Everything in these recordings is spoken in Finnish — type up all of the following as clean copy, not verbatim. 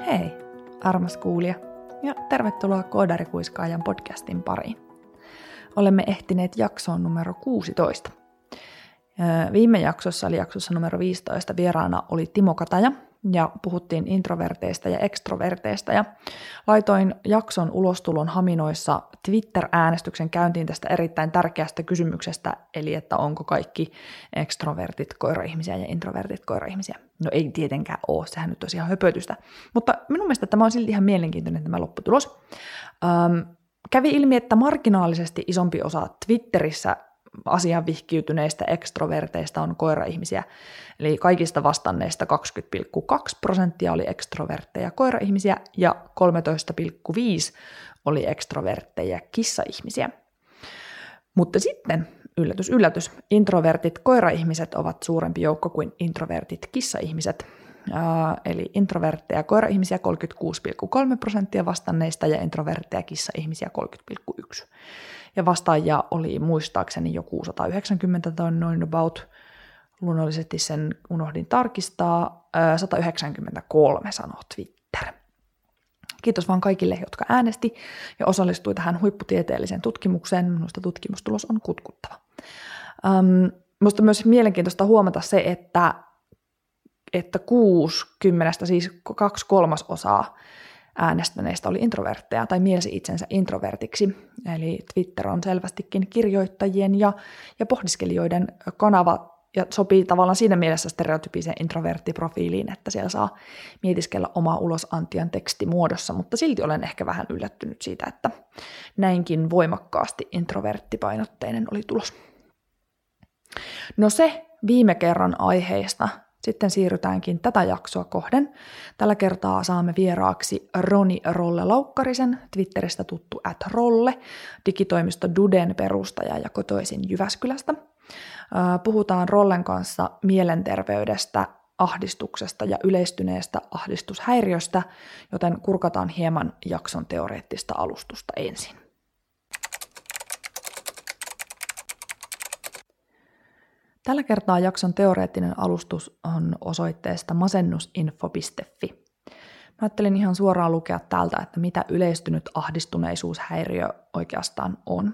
Hei, armas kuulija, ja tervetuloa Koodarikuiskaajan podcastin pariin. Olemme ehtineet jaksoon numero 16. Viime jaksossa, eli jaksossa numero 15, vieraana oli Timo Kataja, ja puhuttiin introverteista ja ekstroverteista, ja laitoin jakson ulostulon haminoissa Twitter-äänestyksen käyntiin tästä erittäin tärkeästä kysymyksestä, eli että onko kaikki ekstrovertit koiraihmisiä ja introvertit koiraihmisiä. No ei tietenkään ole, sehän nyt on ihan höpötystä, mutta minun mielestä tämä on silti ihan mielenkiintoinen tämä lopputulos. Kävi ilmi, että marginaalisesti isompi osa Twitterissä asian vihkiytyneistä ekstroverteista on koiraihmisiä, eli kaikista vastanneista 20,2% oli ekstrovertteja koiraihmisiä ja 13,5% oli ekstrovertteja kissaihmisiä. Mutta sitten, yllätys, yllätys, introvertit koiraihmiset ovat suurempi joukko kuin introvertit kissaihmiset. Eli introvertteja koiraihmisiä 36,3% vastanneista ja introvertteja kissaihmisiä 30,1%. Ja vastaajia oli muistaakseni joku 190 tai noin about. Luonnollisesti sen unohdin tarkistaa. 193 sanoo Twitter. Kiitos vaan kaikille, jotka äänesti ja osallistui tähän huipputieteelliseen tutkimukseen. Minusta tutkimustulos on kutkuttava. Minusta myös mielenkiintoista huomata se, että 60, siis 2/3 äänestäneistä oli introvertteja tai mielsi itsensä introvertiksi. Eli Twitter on selvästikin kirjoittajien ja pohdiskelijoiden kanava ja sopii tavallaan siinä mielessä stereotypiseen introverttiprofiiliin, että siellä saa mietiskellä omaa ulosantian tekstimuodossa, mutta silti olen ehkä vähän yllättynyt siitä, että näinkin voimakkaasti introverttipainotteinen oli tulos. No se viime kerran aiheista. Sitten siirrytäänkin tätä jaksoa kohden. Tällä kertaa saamme vieraaksi Roni Rolle-Laukkarisen, Twitteristä tuttu @rolle, digitoimisto Duden perustaja ja kotoisin Jyväskylästä. Puhutaan Rollen kanssa mielenterveydestä, ahdistuksesta ja yleistyneestä ahdistushäiriöstä, joten kurkataan hieman jakson teoreettista alustusta ensin. Tällä kertaa jakson teoreettinen alustus on osoitteesta masennusinfo.fi. Mä ajattelin ihan suoraan lukea täältä, että mitä yleistynyt ahdistuneisuushäiriö oikeastaan on.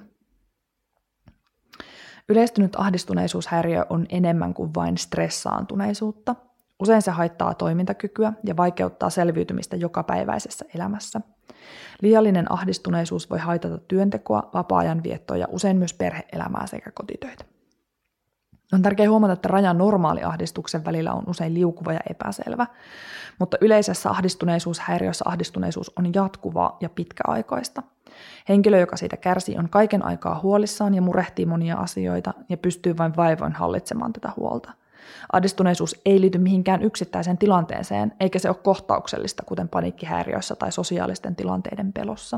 Yleistynyt ahdistuneisuushäiriö on enemmän kuin vain stressaantuneisuutta. Usein se haittaa toimintakykyä ja vaikeuttaa selviytymistä jokapäiväisessä elämässä. Liiallinen ahdistuneisuus voi haitata työntekoa, vapaa-ajan viettoa ja usein myös perhe-elämää sekä kotitöitä. On tärkeää huomata, että raja normaaliahdistuksen välillä on usein liukuva ja epäselvä, mutta yleisessä ahdistuneisuushäiriössä ahdistuneisuus on jatkuvaa ja pitkäaikaista. Henkilö, joka siitä kärsii, on kaiken aikaa huolissaan ja murehtii monia asioita ja pystyy vain vaivoin hallitsemaan tätä huolta. Ahdistuneisuus ei liity mihinkään yksittäiseen tilanteeseen, eikä se ole kohtauksellista, kuten paniikkihäiriöissä tai sosiaalisten tilanteiden pelossa.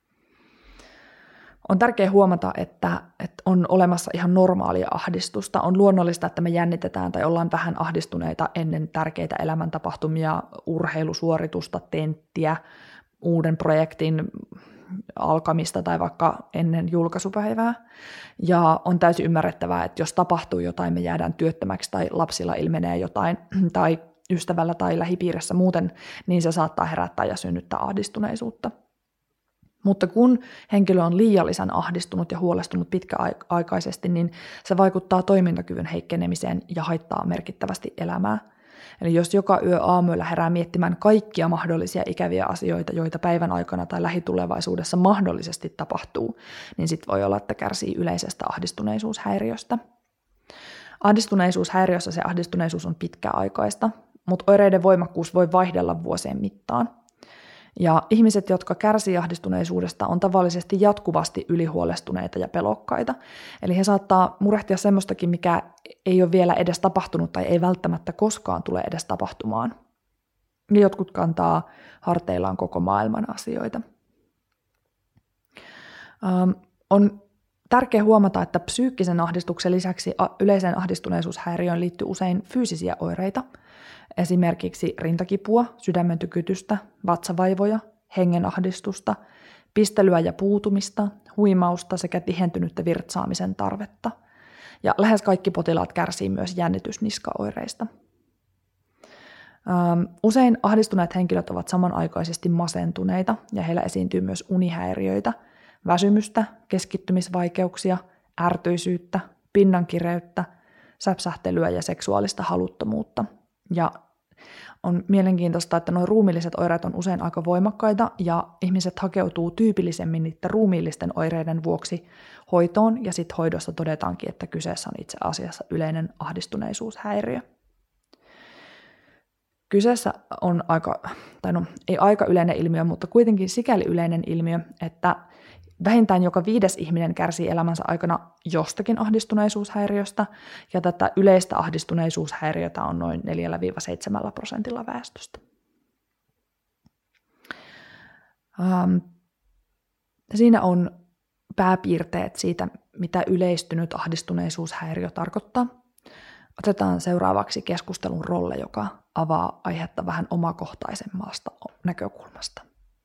On tärkeää huomata, että on olemassa ihan normaalia ahdistusta. On luonnollista, että me jännitetään tai ollaan vähän ahdistuneita ennen tärkeitä elämäntapahtumia, urheilusuoritusta, tenttiä, uuden projektin alkamista tai vaikka ennen julkaisupäivää. Ja on täysin ymmärrettävää, että jos tapahtuu jotain, me jäädään työttömäksi tai lapsilla ilmenee jotain tai ystävällä tai lähipiirissä muuten, niin se saattaa herättää ja synnyttää ahdistuneisuutta. Mutta kun henkilö on liiallisen ahdistunut ja huolestunut pitkäaikaisesti, niin se vaikuttaa toimintakyvyn heikkenemiseen ja haittaa merkittävästi elämää. Eli jos joka yö aamuilla herää miettimään kaikkia mahdollisia ikäviä asioita, joita päivän aikana tai lähitulevaisuudessa mahdollisesti tapahtuu, niin sitten voi olla, että kärsii yleisestä ahdistuneisuushäiriöstä. Ahdistuneisuushäiriössä se ahdistuneisuus on pitkäaikaista, mutta oireiden voimakkuus voi vaihdella vuosien mittaan. Ja ihmiset, jotka kärsii ahdistuneisuudesta, on tavallisesti jatkuvasti ylihuolestuneita ja pelokkaita. Eli he saattaa murehtia semmoistakin, mikä ei ole vielä edes tapahtunut tai ei välttämättä koskaan tule edes tapahtumaan. Ja jotkut kantaa harteillaan koko maailman asioita. On tärkeää huomata, että psyykkisen ahdistuksen lisäksi yleiseen ahdistuneisuushäiriöön liittyy usein fyysisiä oireita, esimerkiksi rintakipua, sydämen tykytystä, vatsavaivoja, hengenahdistusta, pistelyä ja puutumista, huimausta sekä tihentynyttä virtsaamisen tarvetta. Ja lähes kaikki potilaat kärsii myös jännitysniskaoireista. Usein ahdistuneet henkilöt ovat samanaikaisesti masentuneita ja heillä esiintyy myös unihäiriöitä, väsymystä, keskittymisvaikeuksia, ärtyisyyttä, pinnankireyttä, säpsähtelyä ja seksuaalista haluttomuutta. Ja on mielenkiintoista, että nuo ruumiilliset oireet on usein aika voimakkaita ja ihmiset hakeutuu tyypillisemmin niiden ruumiillisten oireiden vuoksi hoitoon ja sitten hoidossa todetaankin, että kyseessä on itse asiassa yleinen ahdistuneisuushäiriö. Kyseessä on ei aika yleinen ilmiö, mutta kuitenkin sikäli yleinen ilmiö, että vähintään joka 5. ihminen kärsii elämänsä aikana jostakin ahdistuneisuushäiriöstä, ja tätä yleistä ahdistuneisuushäiriötä on noin 4-7% väestöstä. Siinä on pääpiirteet siitä, mitä yleistynyt ahdistuneisuushäiriö tarkoittaa. Otetaan seuraavaksi keskustelun rolle, joka avaa aihetta vähän omakohtaisemmasta näkökulmasta.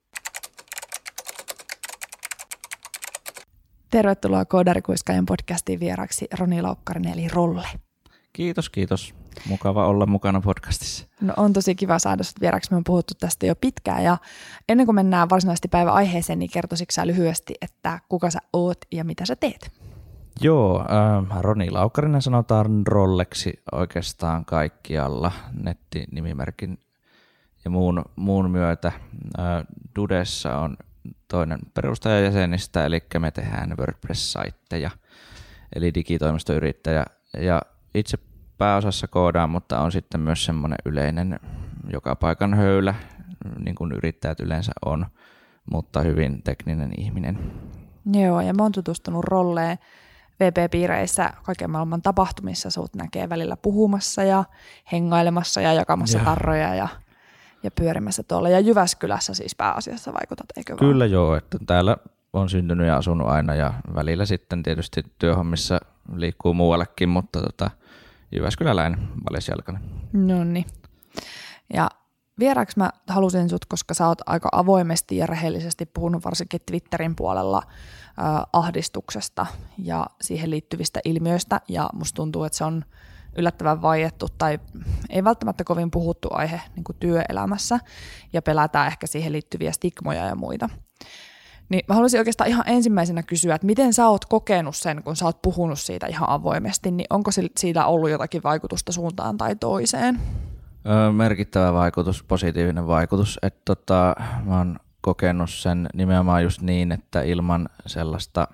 Tervetuloa Koodarikuiskaajan podcastiin vieraksi Roni Laukkarinen eli Rolle. Kiitos. Mukava olla mukana podcastissa. No on tosi kiva saada sinut vieraksi. Me on puhuttu tästä jo pitkään ja ennen kuin mennään varsinaisesti päivän aiheeseen, niin kertoisitko sä lyhyesti, että kuka sä oot ja mitä sä teet? Joo, Roni Laukkarinen sanotaan Rolleksi oikeastaan kaikkialla nettinimimerkin ja muun myötä. Dudessa on toinen perustajajäsenistä, eli me tehdään WordPress-saitteja, eli digitoimistoyrittäjä. Ja itse pääosassa koodaan, mutta on sitten myös semmoinen yleinen joka paikan höylä, niin kuin yrittäjät yleensä on, mutta hyvin tekninen ihminen. Joo, ja mä oon tutustunut Rolleen VP-piireissä kaiken maailman tapahtumissa. Sut näkee välillä puhumassa ja hengailemassa ja jakamassa tarroja ja pyörimässä tuolla. Ja Jyväskylässä siis pääasiassa vaikutat, eikö vaan? Kyllä joo, että täällä on syntynyt ja asunut aina ja välillä sitten tietysti työhommissa liikkuu muuallekin, mutta Jyväskyläläinen, valesjalkainen. Noniin. Ja vieraksi mä halusin sut, koska sä oot aika avoimesti ja rehellisesti puhunut varsinkin Twitterin puolella ahdistuksesta ja siihen liittyvistä ilmiöistä, ja musta tuntuu, että se on yllättävän vaiettu tai ei välttämättä kovin puhuttu aihe niin kuin työelämässä, ja pelätään ehkä siihen liittyviä stigmoja ja muita. Niin mä haluaisin oikeastaan ihan ensimmäisenä kysyä, että miten sä oot kokenut sen, kun sä oot puhunut siitä ihan avoimesti, niin onko siitä ollut jotakin vaikutusta suuntaan tai toiseen? Merkittävä vaikutus, positiivinen vaikutus, että mä oon kokenut sen nimenomaan just niin, että ilman sellaista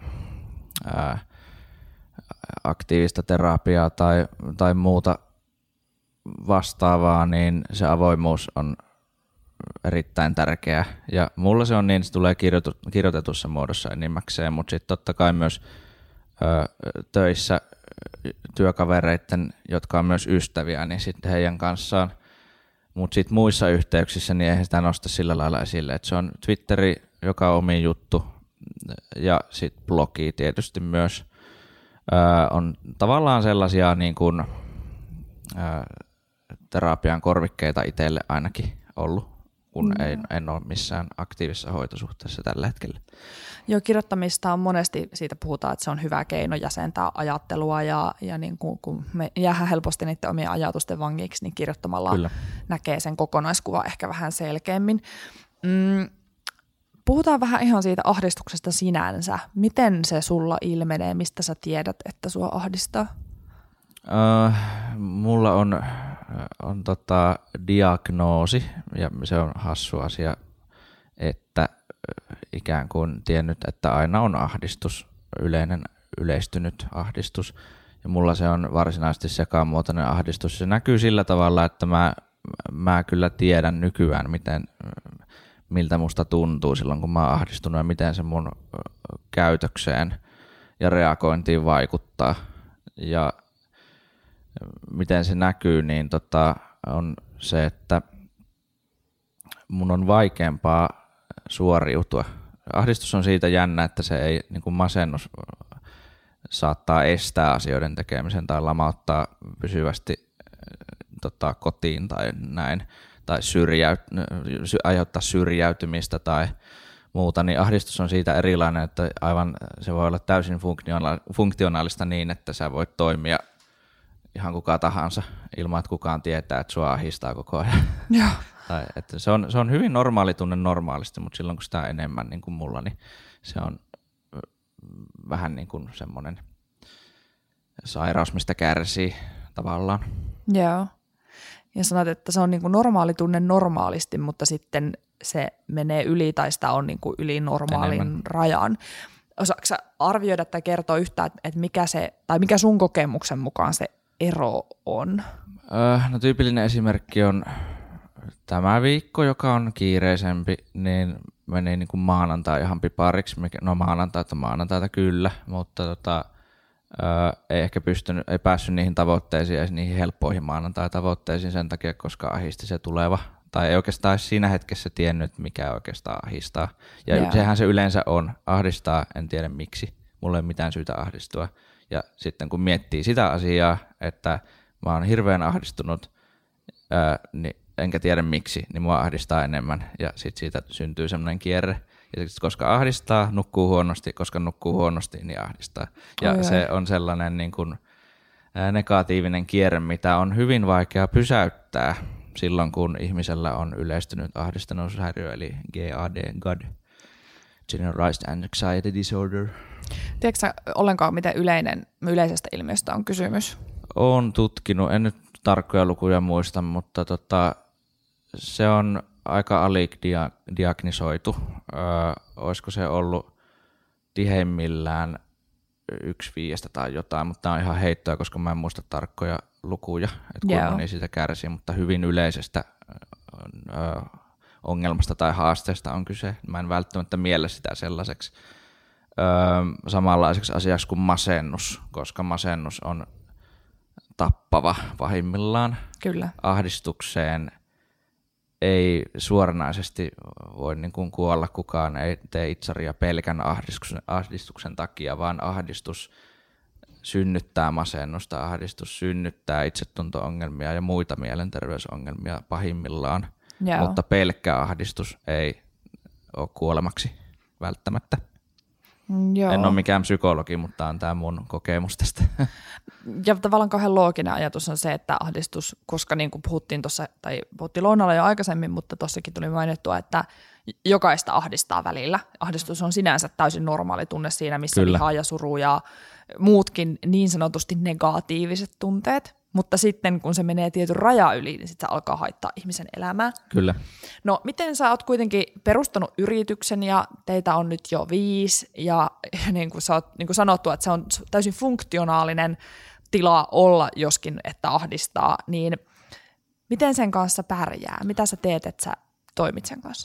aktiivista terapiaa tai muuta vastaavaa, niin se avoimuus on erittäin tärkeää. Ja mulla se on niin, se tulee kirjoitetussa muodossa enimmäkseen, mutta sitten totta kai myös töissä työkavereiden, jotka on myös ystäviä, niin sitten heidän kanssaan. Mutta sitten muissa yhteyksissä niin eihän sitä nosta sillä lailla esille, että se on Twitteri, joka on omi juttu, ja sitten blogi tietysti myös. On tavallaan sellaisia niin kuin, terapian korvikkeita itselle ainakin ollut, kun en ole missään aktiivisessa hoitosuhteessa tällä hetkellä. Joo, kirjoittamista on monesti, siitä puhutaan, että se on hyvä keino jäsentää ajattelua ja niin kun me jäädään helposti niiden omien ajatusten vangiksi, niin kirjoittamalla Kyllä. näkee sen kokonaiskuva ehkä vähän selkeämmin. Puhutaan vähän ihan siitä ahdistuksesta sinänsä. Miten se sulla ilmenee? Mistä sä tiedät, että sua ahdistaa? Mulla on diagnoosi, ja se on hassu asia, että ikään kuin tiennyt, että aina on ahdistus, yleistynyt ahdistus. Ja mulla se on varsinaisesti sekamuotoinen ahdistus. Se näkyy sillä tavalla, että mä kyllä tiedän nykyään, miltä musta tuntuu silloin, kun mä oon ahdistunut ja miten se mun käytökseen ja reagointiin vaikuttaa. Ja miten se näkyy, niin on se, että mun on vaikeampaa suoriutua. Ahdistus on siitä jännä, että se ei, niin kuin masennus saattaa estää asioiden tekemisen tai lamauttaa pysyvästi kotiin tai näin, tai aiheuttaa syrjäytymistä tai muuta, niin ahdistus on siitä erilainen, että aivan se voi olla täysin funktionaalista niin, että sä voit toimia ihan kuka tahansa ilman, että kukaan tietää, että sua ahistaa koko ajan. Joo. Tai, että se on hyvin normaali tunne normaalisti, mutta silloin kun sitä on enemmän niin kuin mulla, niin se on vähän niin kuin semmoinen sairaus, mistä kärsii tavallaan. Joo. Ja sanot, että se on niin kuin normaali tunne normaalisti, mutta sitten se menee yli tai sitä on niin kuin yli normaalin enemmän rajan. Osaatko sä arvioida tai kertoa yhtään, että mikä sun kokemuksen mukaan se ero on? No tyypillinen esimerkki on tämä viikko, joka on kiireisempi, niin meni niin kuin maanantai ihan pipariksi. No maanantaita kyllä, mutta ei päässyt niihin tavoitteisiin ja niihin helppoihin maanantai-tavoitteisiin sen takia, koska ahisti se tuleva. Tai ei oikeastaan siinä hetkessä tiennyt, mikä oikeastaan ahdistaa. Ja sehän se yleensä on. Ahdistaa, en tiedä miksi. Mulla ei ole mitään syytä ahdistua. Ja sitten kun miettii sitä asiaa, että mä oon hirveän ahdistunut, niin enkä tiedä miksi, niin mua ahdistaa enemmän. Ja sitten siitä syntyy semmoinen kierre. Ja koska ahdistaa, nukkuu huonosti. Koska nukkuu huonosti, niin ahdistaa. Ja se on sellainen niin kuin negatiivinen kierre, mitä on hyvin vaikea pysäyttää silloin, kun ihmisellä on yleistynyt ahdistuneisuushäiriö, eli GAD, Generalized Anxiety Disorder. Tiedätkö sä ollenkaan, miten yleisestä ilmiöstä on kysymys? Olen tutkinut, en nyt tarkkoja lukuja muista, mutta se on aika alidiagnisoitu. Olisiko se ollut tiheimmillään 1/5 tai jotain, mutta tämä on ihan heittoa, koska mä en muista tarkkoja lukuja, että kuinka moni siitä kärsii, mutta hyvin yleisestä ongelmasta tai haasteesta on kyse. Mä en välttämättä miele sitä sellaiseksi samanlaiseksi asiaksi kuin masennus, koska masennus on tappava pahimmillaan. Kyllä. Ahdistukseen ei suoranaisesti voi niin kuin kuolla, kukaan ei tee itsaria pelkän ahdistuksen takia, vaan ahdistus synnyttää masennusta, ahdistus synnyttää itsetunto-ongelmia ja muita mielenterveysongelmia pahimmillaan, mutta pelkkä ahdistus ei ole kuolemaksi välttämättä. Joo. En ole mikään psykologi, mutta on tämä mun kokemus tästä. Ja tavallaan kauhean looginen ajatus on se, että ahdistus, koska niin kuin puhuttiin lounalla jo aikaisemmin, mutta tuossakin tuli mainittua, että jokaista ahdistaa välillä. Ahdistus on sinänsä täysin normaali tunne siinä, missä vihaa ja suru ja muutkin niin sanotusti negatiiviset tunteet. Mutta sitten kun se menee tietyn raja yli, niin sitten se alkaa haittaa ihmisen elämää. Kyllä. No miten sä oot kuitenkin perustanut yrityksen ja teitä on nyt jo 5 ja niin kuin sanottu, että se on täysin funktionaalinen tila olla joskin, että ahdistaa, niin miten sen kanssa pärjää? Mitä sä teet, että sä toimit sen kanssa?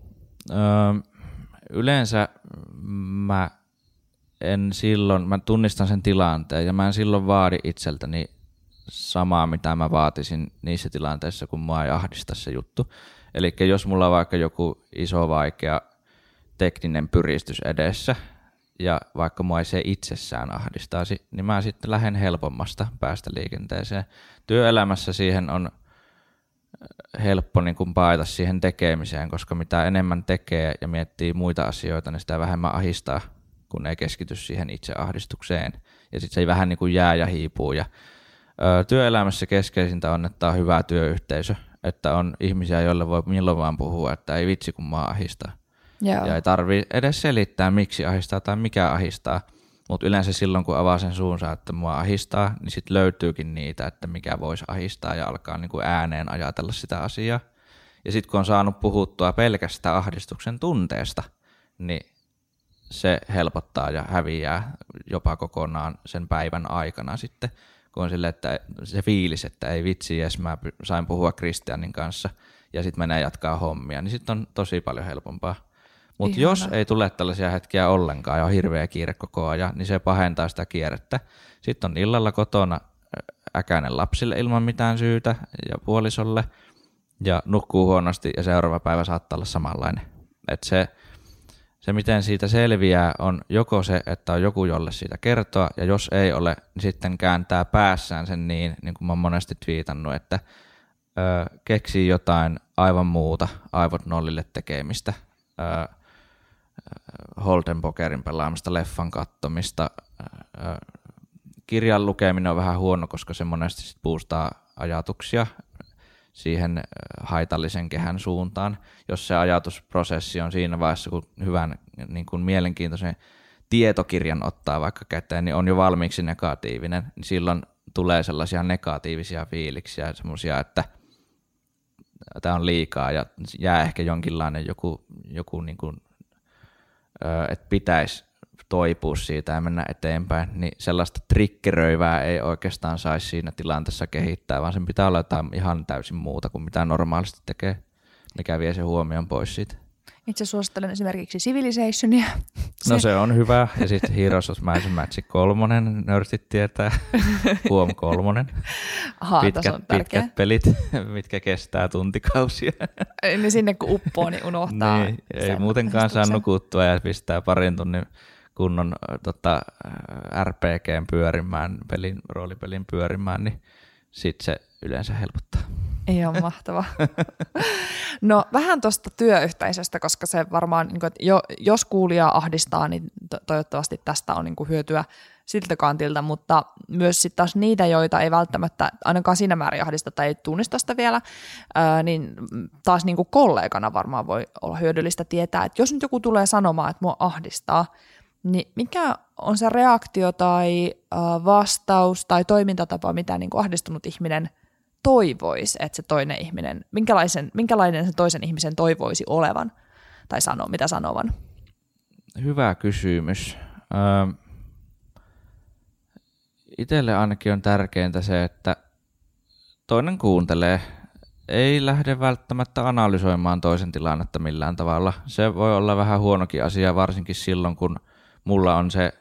Yleensä mä tunnistan sen tilanteen ja mä en silloin vaadi itseltäni samaa, mitä mä vaatisin niissä tilanteissa, kun mua ei ahdista se juttu. Eli jos mulla on vaikka joku iso, vaikea tekninen pyristys edessä, ja vaikka mua ei se itsessään ahdistaisi, niin mä sitten lähden helpommasta päästä liikenteeseen. Työelämässä siihen on helppo niin kuin paeta siihen tekemiseen, koska mitä enemmän tekee ja miettii muita asioita, niin sitä vähemmän ahdistaa, kun ei keskity siihen itse ahdistukseen. Ja sitten se vähän niin kuin jää ja hiipuu. Ja työelämässä keskeisintä on, että on hyvä työyhteisö, että on ihmisiä, joille voi milloin vaan puhua, että ei vitsi kun mä ahdistaa. Joo. Ja ei tarvitse edes selittää, miksi ahdistaa tai mikä ahdistaa, mutta yleensä silloin, kun avaa sen suunsa, että mua ahdistaa, niin sitten löytyykin niitä, että mikä voisi ahdistaa ja alkaa niin kuin ääneen ajatella sitä asiaa. Ja sitten kun on saanut puhuttua pelkästään ahdistuksen tunteesta, niin se helpottaa ja häviää jopa kokonaan sen päivän aikana sitten, kun on silleen, että se fiilis, että ei vitsi, edes mä sain puhua Kristianin kanssa ja sitten menee jatkaa hommia, niin sitten on tosi paljon helpompaa. Mutta jos ei tule tällaisia hetkiä ollenkaan ja on hirveä kiire koko ajan, niin se pahentaa sitä kierrettä. Sitten on illalla kotona äkäinen lapsille ilman mitään syytä ja puolisolle ja nukkuu huonosti ja seuraava päivä saattaa olla samanlainen. Et se, miten siitä selviää, on joko se, että on joku, jolle siitä kertoa, ja jos ei ole, niin sitten kääntää päässään sen niin kuin mä oon monesti twiitannut, että keksii jotain aivan muuta, aivot nollille tekemistä, Holden pokerin pelaamista, leffan kattomista, kirjan lukeminen on vähän huono, koska se monesti sit boostaa ajatuksia siihen haitallisen kehän suuntaan. Jos se ajatusprosessi on siinä vaiheessa, kun hyvän niin kuin mielenkiintoisen tietokirjan ottaa vaikka käteen, niin on jo valmiiksi negatiivinen, niin silloin tulee sellaisia negatiivisia fiiliksiä, semmoisia, että tämä on liikaa ja jää ehkä jonkinlainen joku niin kuin, että pitäisi toipua siitä ja mennä eteenpäin, niin sellaista triggeröivää ei oikeastaan saisi siinä tilanteessa kehittää, vaan sen pitää olla jotain ihan täysin muuta kuin mitä normaalisti tekee, mikä vie sen huomion pois siitä. Itse suosittelen esimerkiksi Civilizationia. No se on hyvä. Ja sitten Heroes of Might and Magic 3, nörtit tietää. Huom 3. Aha, pitkät pelit, mitkä kestää tuntikausia. Niin sinne kun uppoo, niin unohtaa. Niin, ei muutenkaan saa nukuttua ja pistää parin tunnin kunnon RPGn pyörimään, roolipelin pyörimään, niin sitten se yleensä helpottaa. Ei ole mahtavaa. No vähän tuosta työyhteisöstä, koska se varmaan, niin kuin, että jos kuulijaa ahdistaa, niin toivottavasti tästä on niin kuin hyötyä siltä kantilta, mutta myös sitten taas niitä, joita ei välttämättä ainakaan siinä määrin ahdista tai ei tunnista sitä vielä, niin taas niin kuin kollegana varmaan voi olla hyödyllistä tietää, että jos nyt joku tulee sanomaan, että mua ahdistaa, niin mikä on se reaktio tai vastaus tai toimintatapa, mitä niin kuin ahdistunut ihminen toivoisi, että se toinen ihminen, minkälainen se toisen ihmisen toivoisi olevan tai mitä sanovan? Hyvä kysymys. Itselle ainakin on tärkeintä se, että toinen kuuntelee, ei lähde välttämättä analysoimaan toisen tilannetta millään tavalla. Se voi olla vähän huonokin asia, varsinkin silloin, kun mulla on se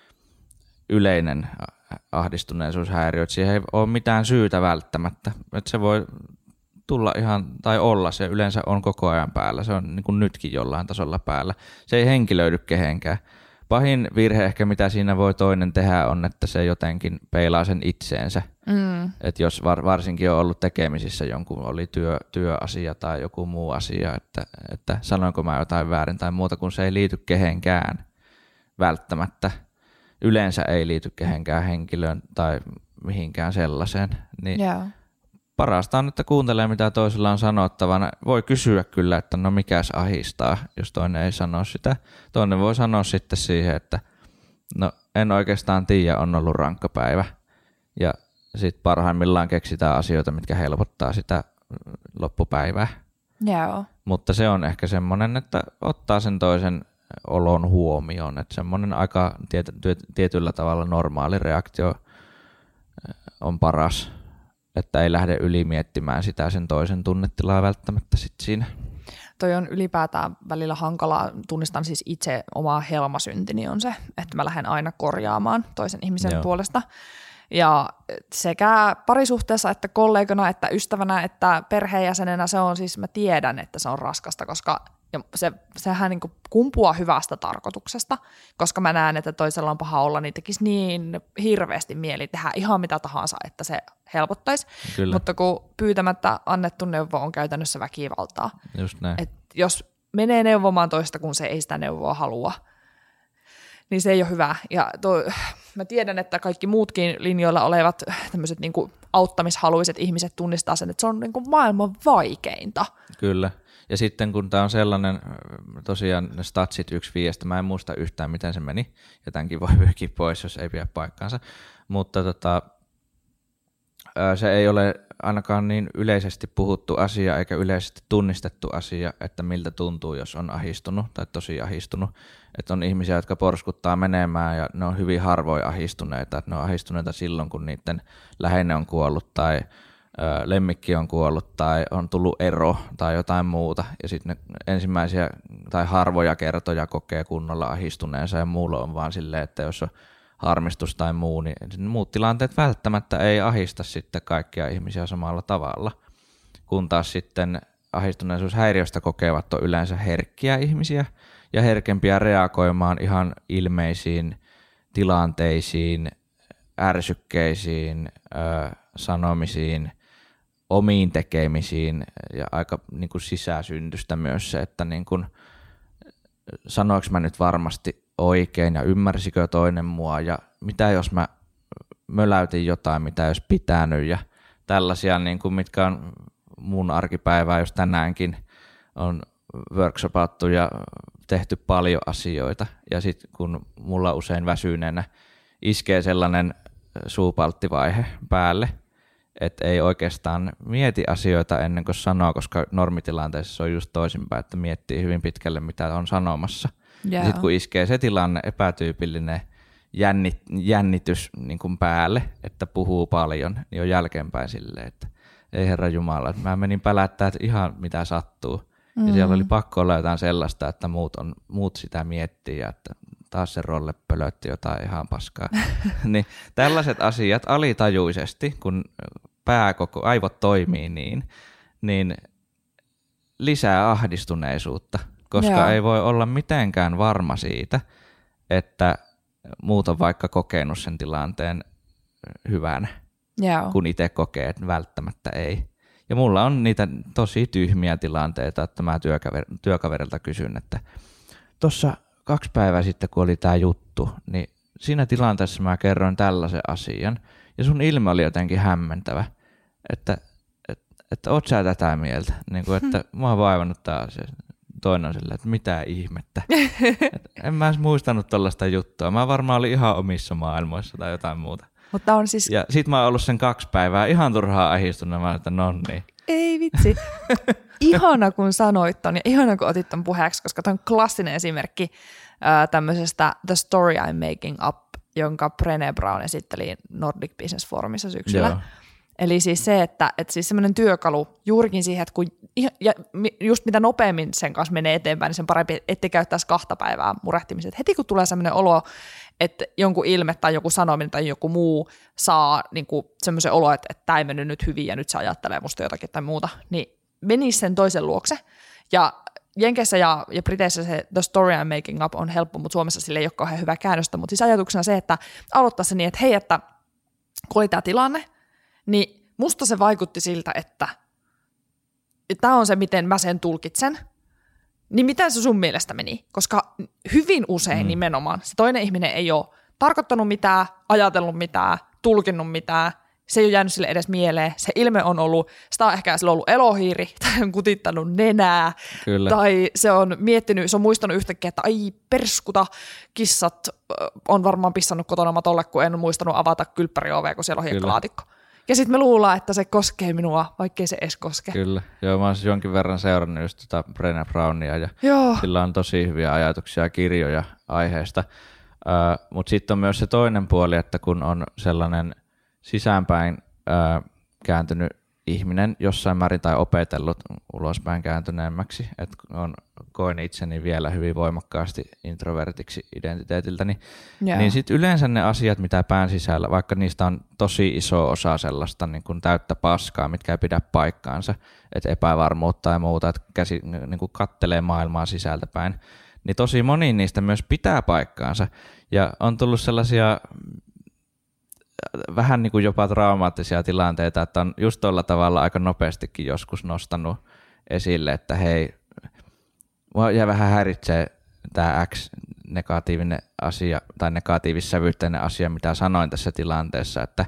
yleinen ahdistuneisuushäiriö, että siihen ei ole mitään syytä välttämättä. Että se voi tulla ihan, tai olla, se yleensä on koko ajan päällä, se on niin kuin nytkin jollain tasolla päällä. Se ei henkilöidy kehenkään. Pahin virhe ehkä, mitä siinä voi toinen tehdä, on, että se jotenkin peilaa sen itseensä. Että jos varsinkin on ollut tekemisissä jonkun, oli työasia tai joku muu asia, että sanoinko mä jotain väärin tai muuta, kun se ei liity kehenkään välttämättä. Yleensä ei liity kehenkään henkilöön tai mihinkään sellaiseen. Niin parasta on, että kuuntelee, mitä toisella on sanottavana. Voi kysyä kyllä, että no mikäs ahistaa, jos toinen ei sano sitä. Toinen voi sanoa sitten siihen, että no en oikeastaan tiedä, on ollut rankka päivä. Ja sitten parhaimmillaan keksitään asioita, mitkä helpottaa sitä loppupäivää. Mutta se on ehkä semmoinen, että ottaa sen toisen olon huomioon, että semmoinen aika tietyllä tavalla normaali reaktio on paras, että ei lähde ylimiettimään sitä sen toisen tunnetilaa välttämättä sit siinä. Toi on ylipäätään välillä hankalaa, tunnistan siis itse omaa helmasyntini on se, että mä lähden aina korjaamaan toisen ihmisen puolesta. Ja sekä parisuhteessa että kollegana, että ystävänä, että perheenjäsenenä se on siis, mä tiedän, että se on raskasta, koska sehän niin kuin kumpuaa hyvästä tarkoituksesta, koska mä näen, että toisella on paha olla, niin tekisi niin hirveästi mieli tehdä ihan mitä tahansa, että se helpottaisi. Kyllä. Mutta kun pyytämättä annettu neuvo on käytännössä väkivaltaa. Just näin. Et jos menee neuvomaan toista, kun se ei sitä neuvoa halua, niin se ei ole hyvä. Ja mä tiedän, että kaikki muutkin linjoilla olevat tämmöiset niin kuin auttamishaluiset ihmiset tunnistaa sen, että se on niin kuin maailman vaikeinta. Kyllä. Ja sitten kun tämä on sellainen, tosiaan ne statsit 1/5, mä en muista yhtään miten se meni, ja tämänkin voi pyyhkiä pois, jos ei pidä paikkaansa, mutta se ei ole ainakaan niin yleisesti puhuttu asia eikä yleisesti tunnistettu asia, että miltä tuntuu, jos on ahistunut tai tosi ahistunut. Että on ihmisiä, jotka porskuttaa menemään ja ne on hyvin harvoin ahistuneita, että ne on ahistuneita silloin, kun niiden läheinen on kuollut tai lemmikki on kuollut tai on tullut ero tai jotain muuta ja sitten ne ensimmäisiä tai harvoja kertoja kokee kunnolla ahistuneensa ja muulla on vaan silleen, että jos on harmistus tai muu, niin muut tilanteet välttämättä ei ahista sitten kaikkia ihmisiä samalla tavalla, kun taas sitten ahdistuneisuushäiriöstä kokevat on yleensä herkkiä ihmisiä ja herkempiä reagoimaan ihan ilmeisiin tilanteisiin, ärsykkeisiin, sanomisiin, omiin tekemisiin ja aika niin kuin sisäsyntystä myös se, että niin kuin, sanoinko mä nyt varmasti oikein ja ymmärsikö toinen mua ja mitä jos mä möläytin jotain, mitä ei olisi pitänyt ja tällaisia, niin kuin, mitkä on mun arkipäivää, jos tänäänkin on workshopattu ja tehty paljon asioita. Ja sitten kun mulla usein väsyneenä iskee sellainen suupalttivaihe päälle, että ei oikeastaan mieti asioita ennen kuin sanoo, koska normitilanteessa se on just toisinpäin, että miettii hyvin pitkälle, mitä on sanomassa. Ja sitten kun iskee se tilanne, epätyypillinen jännitys niin kuin päälle, että puhuu paljon, niin on jälkeenpäin silleen, että ei herra jumala, että mä menin pälättää, että ihan mitä sattuu. Ja siellä oli pakko olla jotain sellaista, että muut sitä miettii ja että taas se rolle pölötti jotain ihan paskaa. Niin tällaiset asiat alitajuisesti, kun aivot toimii niin lisää ahdistuneisuutta, koska ei voi olla mitenkään varma siitä, että muut on vaikka kokenut sen tilanteen hyvänä, kun itse kokee, että välttämättä ei. Ja mulla on niitä tosi tyhmiä tilanteita, että mä työkaverilta kysyn, että tuossa 2 päivää sitten, kun oli tää juttu, niin siinä tilanteessa mä kerroin tällaisen asian, ja sun ilme oli jotenkin hämmentävä, että oot sä tätä mieltä, niin kuin, että mä oon vaivannut tää asia. Toinen on silleen, että mitä ihmettä. En mä edes muistanut tollaista juttua. Mä varmaan olin ihan omissa maailmoissa tai jotain muuta. Mutta on siis... Ja sit mä oon ollut sen 2 päivää ihan turhaan ahistunut. Mä että nonni. Ei vitsi. Ihana kun sanoit ton ja ihana kun otit ton puheeksi, koska ton klassinen esimerkki tämmöisestä The Story I'm Making Up, jonka Brené Brown esitteli Nordic Business Forumissa syksyllä. Joo. Eli siis se, että siis semmoinen työkalu juurikin siihen, että kun, ja just mitä nopeammin sen kanssa menee eteenpäin, niin sen parempi, ettei käyttäisi 2 päivää murehtimiseen. Heti kun tulee semmoinen olo, että jonkun ilme tai joku sanominen tai joku muu saa niin kuin semmoisen olo, että tämä ei mennyt nyt hyvin ja nyt se ajattelee musta jotakin tai muuta, niin menisi sen toisen luokse. Ja Jenkeissä ja Briteissä se The Story I'm Making Up on helppo, mutta Suomessa sille ei ole kauhean hyvä käännöstä. Mutta siis ajatuksena se, että aloittaa se niin, että hei, että kun oli tämä tilanne, niin musta se vaikutti siltä, että tämä on se, miten mä sen tulkitsen. Niin miten se sun mielestä meni? Koska hyvin usein nimenomaan se toinen ihminen ei ole tarkoittanut mitään, ajatellut mitään, tulkinnut mitään. Se ei ole jäänyt sille edes mieleen. Se ilme on ollut, sitä on ehkä sillä ollut elohiiri, tai on kutittanut nenää. Kyllä. Tai se on miettinyt, se on muistanut yhtäkkiä, että ai perskuta, kissat on varmaan pissannut kotona matolle, kun en muistanut avata kylppäriovea, kun siellä on hiekkalaatikko. Ja sitten me luullaan, että se koskee minua, vaikkei se edes koske. Kyllä. Joo, mä oon siis jonkin verran seurannut just Brené Brownia ja sillä on tosi hyviä ajatuksia ja kirjoja aiheesta. Mutta sitten on myös se toinen puoli, että kun on sellainen sisäänpäin kääntynyt ihminen jossain määrin tai opetellut ulospäin kääntyneemmäksi, että koen itseni vielä hyvin voimakkaasti introvertiksi identiteetiltäni, niin sitten yleensä ne asiat, mitä pään sisällä, vaikka niistä on tosi iso osa sellaista niin kuin täyttä paskaa, mitkä ei pidä paikkaansa, että epävarmuutta ja muuta, että käsi niin kuin kattelee maailmaa sisältäpäin, niin tosi moni niistä myös pitää paikkaansa. Ja on tullut sellaisia vähän niin kuin jopa traumaattisia tilanteita, että on just tuolla tavalla aika nopeastikin joskus nostanut esille, että hei, mua jää vähän häiritsee tämä X negatiivinen asia tai negatiivissävytteinen asia, mitä sanoin tässä tilanteessa, että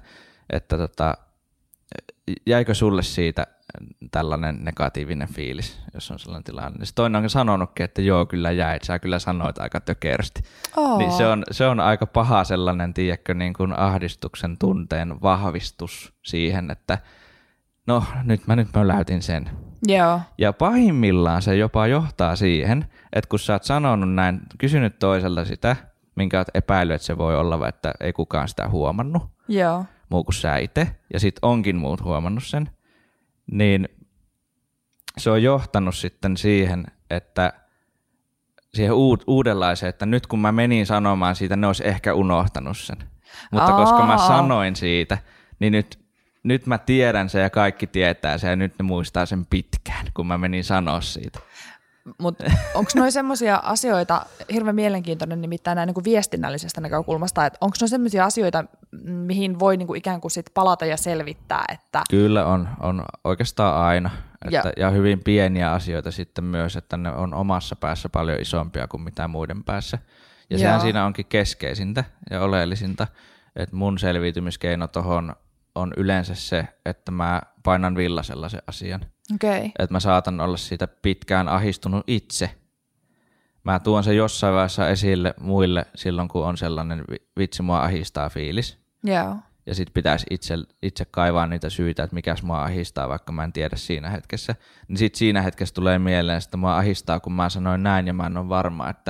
jäikö sulle siitä tällainen negatiivinen fiilis, jos on sellainen tilanne. Sitten toinen on sanonutkin, että joo, kyllä jäi, sä kyllä sanoit aika tökersti. Niin se on aika paha sellainen, tiedätkö, niin kuin ahdistuksen tunteen vahvistus siihen, että no nyt mä möläytin sen. Joo. Ja pahimmillaan se jopa johtaa siihen, että kun sä oot sanonut näin, kysynyt toiselta sitä, minkä oot epäillyt, että se voi olla, että ei kukaan sitä huomannut, joo, muu kuin sä itse, ja sit onkin muut huomannut sen, niin se on johtanut sitten siihen, että siihen uudenlaiseen, että nyt kun mä menin sanomaan siitä, ne olisi ehkä unohtanut sen. Mutta koska mä sanoin siitä, niin nyt mä tiedän sen ja kaikki tietää sen ja nyt ne muistaa sen pitkään, kun mä menin sanoa siitä. Mutta onko noin semmoisia asioita, hirveän mielenkiintoinen nimittäin näin niin kuin viestinnällisestä näkökulmasta, että onko noin semmoisia asioita, mihin voi niin kuin ikään kuin sit palata ja selvittää? Että... Kyllä on oikeastaan aina. Ja hyvin pieniä asioita sitten myös, että ne on omassa päässä paljon isompia kuin mitä muiden päässä. Ja sehän siinä onkin keskeisintä ja oleellisinta, Et mun selviytymiskeino tohon on yleensä se, että mä painan villasella sen asian. Okay. Että mä saatan olla siitä pitkään ahistunut itse. Mä tuon sen jossain vaiheessa esille muille silloin, kun on sellainen vitsi mua ahistaa fiilis. Yeah. Ja sit pitäisi itse kaivaa niitä syitä, että mikäs mua ahistaa, vaikka mä en tiedä siinä hetkessä. Niin sit siinä hetkessä tulee mieleen, että mua ahistaa, kun mä sanoin näin ja mä en ole varma, että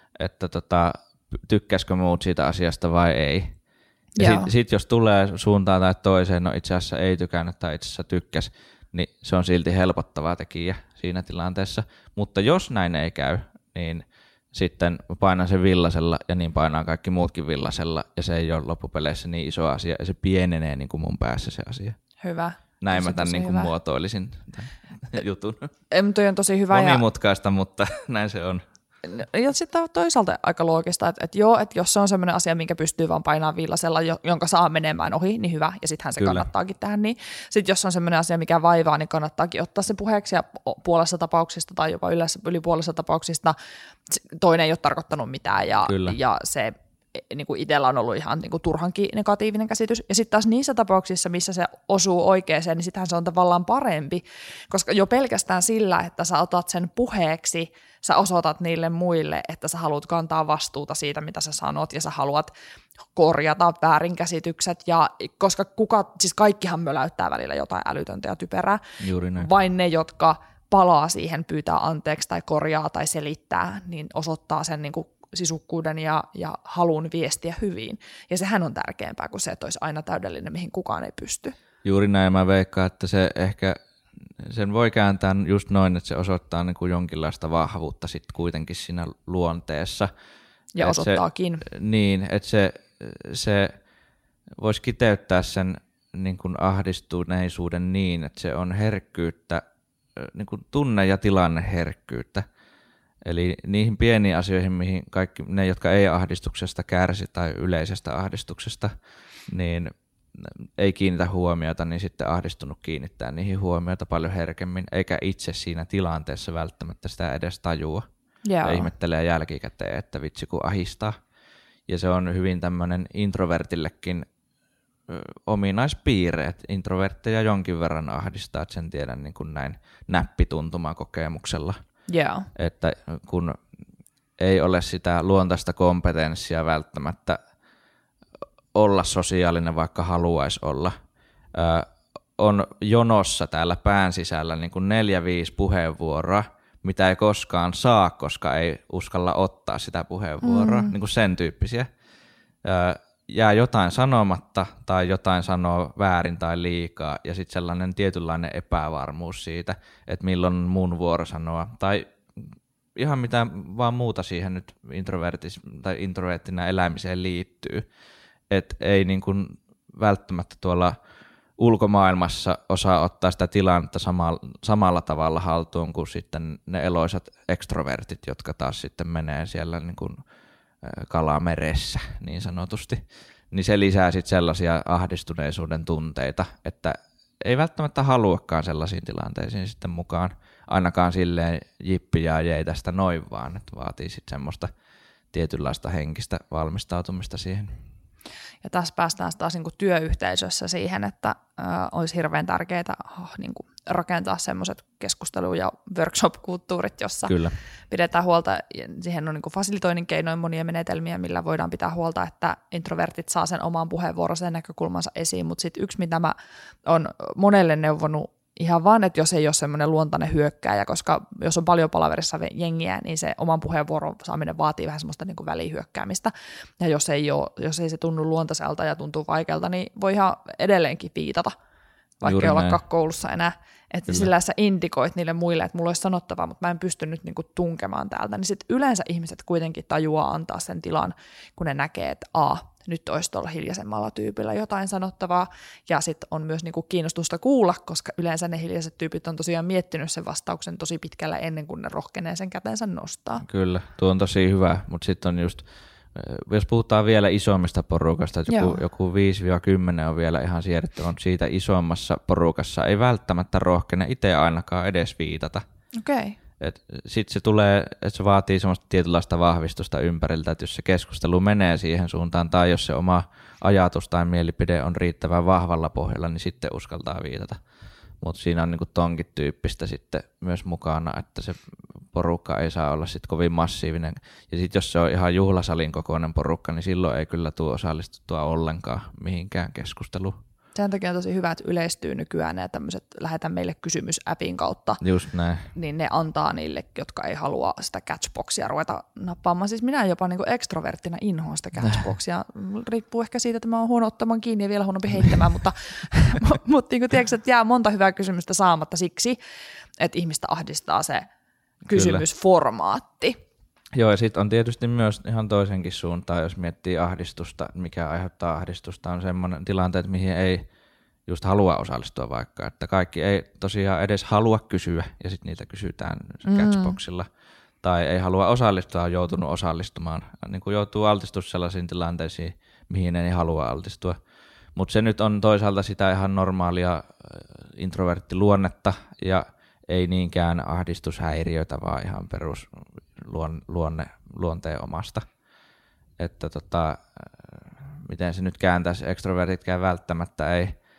tykkäskö muut siitä asiasta vai ei. Ja sit jos tulee suuntaan tai toiseen, no itse asiassa ei tykännyt tai itse asiassa tykkäs, niin se on silti helpottava tekijä siinä tilanteessa. Mutta jos näin ei käy, niin sitten painan sen villasella ja niin painaan kaikki muutkin villasella ja se ei ole loppupeleissä niin iso asia ja se pienenee niin kuin mun päässä se asia. Hyvä. Näin mä tämän niin kuin muotoilisin tämän jutun. Toi on tosi hyvä. Monimutkaista, mutta näin se on. Ja sitten on toisaalta aika loogista, että jos se on sellainen asia, minkä pystyy vaan painamaan villasella, jonka saa menemään ohi, niin hyvä, ja sittenhän se kannattaakin tehdä niin. Sitten jos on sellainen asia, mikä vaivaa, niin kannattaakin ottaa se puheeksi, ja puolessa tapauksista tai jopa yli puolessa tapauksista toinen ei ole tarkoittanut mitään, ja se niin kuin itsellä on ollut ihan niin kuin turhankin negatiivinen käsitys. Ja sitten taas niissä tapauksissa, missä se osuu oikeaan, niin sittenhän se on tavallaan parempi, koska jo pelkästään sillä, että sä otat sen puheeksi, sä osoitat niille muille, että sä haluat kantaa vastuuta siitä, mitä sä sanot, ja sä haluat korjata väärinkäsitykset, ja koska siis kaikkihan möläyttää välillä jotain älytöntä ja typerää. Juuri näin. Vain ne, jotka palaa siihen, pyytää anteeksi tai korjaa tai selittää, niin osoittaa sen niin kuin sisukkuuden ja halun viestiä hyvin. Ja sehän on tärkeämpää kuin se, että olisi aina täydellinen, mihin kukaan ei pysty. Juuri näin, mä veikkaan, että se ehkä sen voi kääntää just noin, että se osoittaa niin kuin jonkinlaista vahvuutta sitten kuitenkin siinä luonteessa. Ja osoittaakin. Niin, että se voisi kiteyttää sen niin kuin ahdistuneisuuden niin, että se on herkkyyttä, niin kuin tunne- ja tilanneherkkyyttä. Eli niihin pieniin asioihin, mihin kaikki ne, jotka ei ahdistuksesta kärsi tai yleisestä ahdistuksesta, niin ei kiinnitä huomiota, niin sitten ahdistunut kiinnittää niihin huomiota paljon herkemmin, eikä itse siinä tilanteessa välttämättä sitä edes tajua. Ja ihmettelee jälkikäteen, että vitsi kun ahistaa. Ja se on hyvin tämmöinen introvertillekin ominaispiirre, että introvertteja jonkin verran ahdistaa, että sen tiedän niin kuin näin näppituntumakokemuksella. Yeah. Että kun ei ole sitä luontaista kompetenssia välttämättä olla sosiaalinen, vaikka haluaisi olla, on jonossa täällä pään sisällä niin kuin 4-5 puheenvuoroa, mitä ei koskaan saa, koska ei uskalla ottaa sitä puheenvuoroa, niin kuin sen tyyppisiä. Jää jotain sanomatta tai jotain sanoo väärin tai liikaa ja sitten sellainen tietynlainen epävarmuus siitä, että milloin mun vuoro sanoa tai ihan mitä vaan muuta siihen nyt introverttina elämiseen liittyy. Että ei niin kuin välttämättä tuolla ulkomaailmassa osaa ottaa sitä tilannetta samalla tavalla haltuun kuin sitten ne eloisat ekstrovertit, jotka taas sitten menee siellä niin kuin kalameressä niin sanotusti, niin se lisää sitten sellaisia ahdistuneisuuden tunteita, että ei välttämättä haluakaan sellaisiin tilanteisiin sitten mukaan, ainakaan silleen jippi ja jei tästä noin vaan, että vaatii sitten semmoista tietynlaista henkistä valmistautumista siihen. Ja tässä päästään taas niin kuin työyhteisössä siihen, että olisi hirveän tärkeää niin kuin rakentaa semmoiset keskustelu- ja workshop-kulttuurit, jossa Kyllä. pidetään huolta, siihen on niin kuin fasilitoinnin keinoin monia menetelmiä, millä voidaan pitää huolta, että introvertit saa sen oman puheenvuoronsa ja näkökulmansa esiin, mutta sitten yksi, mitä mä oon monelle neuvonut, ihan vaan, että jos ei ole semmoinen luontainen hyökkääjä, koska jos on paljon palaverissa jengiä, niin se oman puheenvuoron saaminen vaatii vähän semmoista niin kuin välihyökkäämistä. Ja jos ei se tunnu luontaiselta ja tuntuu vaikealta, niin voi ihan edelleenkin piitata, vaikka ei ollakaan koulussa enää. Että sillä sä indikoit niille muille, että mulla olisi sanottavaa, mutta mä en pysty nyt niin kuin tunkemaan täältä. Niin sitten yleensä ihmiset kuitenkin tajuaa antaa sen tilan, kun ne näkee, että nyt olisi tuolla hiljaisemmalla tyypillä jotain sanottavaa, ja sitten on myös niinku kiinnostusta kuulla, koska yleensä ne hiljaiset tyypit on tosiaan miettinyt sen vastauksen tosi pitkälle ennen kuin ne rohkenee sen kätensä nostaa. Kyllä, tuo on tosi hyvä, mutta sitten on just, jos puhutaan vielä isommista porukasta, että joku 5-10 on vielä ihan siedetty, on siitä isommassa porukassa, ei välttämättä rohkene itse ainakaan edes viitata. Okay. Sitten se tulee, että se vaatii semmoista tietynlaista vahvistusta ympäriltä, että jos se keskustelu menee siihen suuntaan, tai jos se oma ajatus tai mielipide on riittävän vahvalla pohjalla, niin sitten uskaltaa viitata. Mutta siinä on niinku tonkin tyyppistä sitten myös mukana, että se porukka ei saa olla sitten kovin massiivinen. Ja sitten jos se on ihan juhlasalin kokoinen porukka, niin silloin ei kyllä tule osallistuttua ollenkaan mihinkään keskusteluun. Sen takia on tosi hyvä, että yleistyy nykyään ja tämmöiset lähetä meille kysymys-appin kautta. Just näin. Niin ne antaa niille, jotka ei halua sitä catchboxia ruveta nappaamaan. Siis minä jopa niin kuin extroverttina inhoan sitä catchboxia. Riippuu ehkä siitä, että mä oon huono ottamaan kiinni ja vielä huonompi heittämään, mutta niin kuin tiedätkö, että jää monta hyvää kysymystä saamatta siksi, että ihmistä ahdistaa se kysymysformaatti. Joo, ja sitten on tietysti myös ihan toisenkin suuntaan, jos miettii ahdistusta, mikä aiheuttaa ahdistusta, on semmoinen tilanteet, mihin ei just halua osallistua vaikka, että kaikki ei tosiaan edes halua kysyä, ja sitten niitä kysytään catchboxilla, tai ei halua osallistua, on joutunut osallistumaan, niin kuin joutuu altistua sellaisiin tilanteisiin, mihin ei halua altistua. Mutta se nyt on toisaalta sitä ihan normaalia introverttiluonnetta, ja ei niinkään ahdistushäiriöitä, vaan ihan perus luonteen omasta. Että miten se nyt kääntäisi, extrovertitkään välttämättä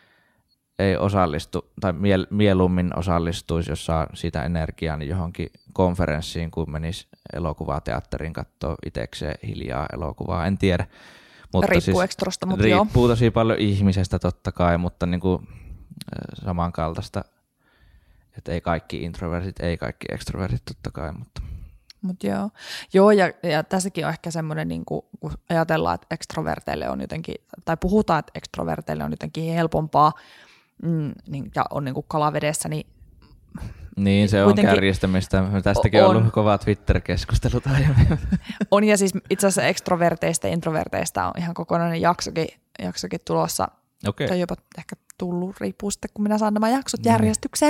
ei osallistu, tai mieluummin osallistuisi, jos saa siitä energiaa, niin johonkin konferenssiin, kun menisi elokuvateatterin katsoa itsekseen hiljaa elokuvaa, en tiedä. Mutta riippuu siis ekstrosta, mutta riippuu tosi paljon ihmisestä totta kai, mutta niin kuin samankaltaista, että ei kaikki introvertit, ei kaikki extrovertit totta kai, mutta Joo, ja tässäkin on ehkä semmoinen, niin kun ajatellaan, että extroverteille on jotenkin, tai puhutaan, että extroverteille on jotenkin helpompaa ja on niin kuin kalavedessä, niin se on kärjistämistä. Tästäkin on ollut kova Twitter-keskustelu. On, ja siis itse asiassa extroverteista ja introverteista on ihan kokonainen jaksokin tulossa. Okay. Tai jopa ehkä tullut, riippuu sitten, kun minä saan nämä jaksot järjestykseen.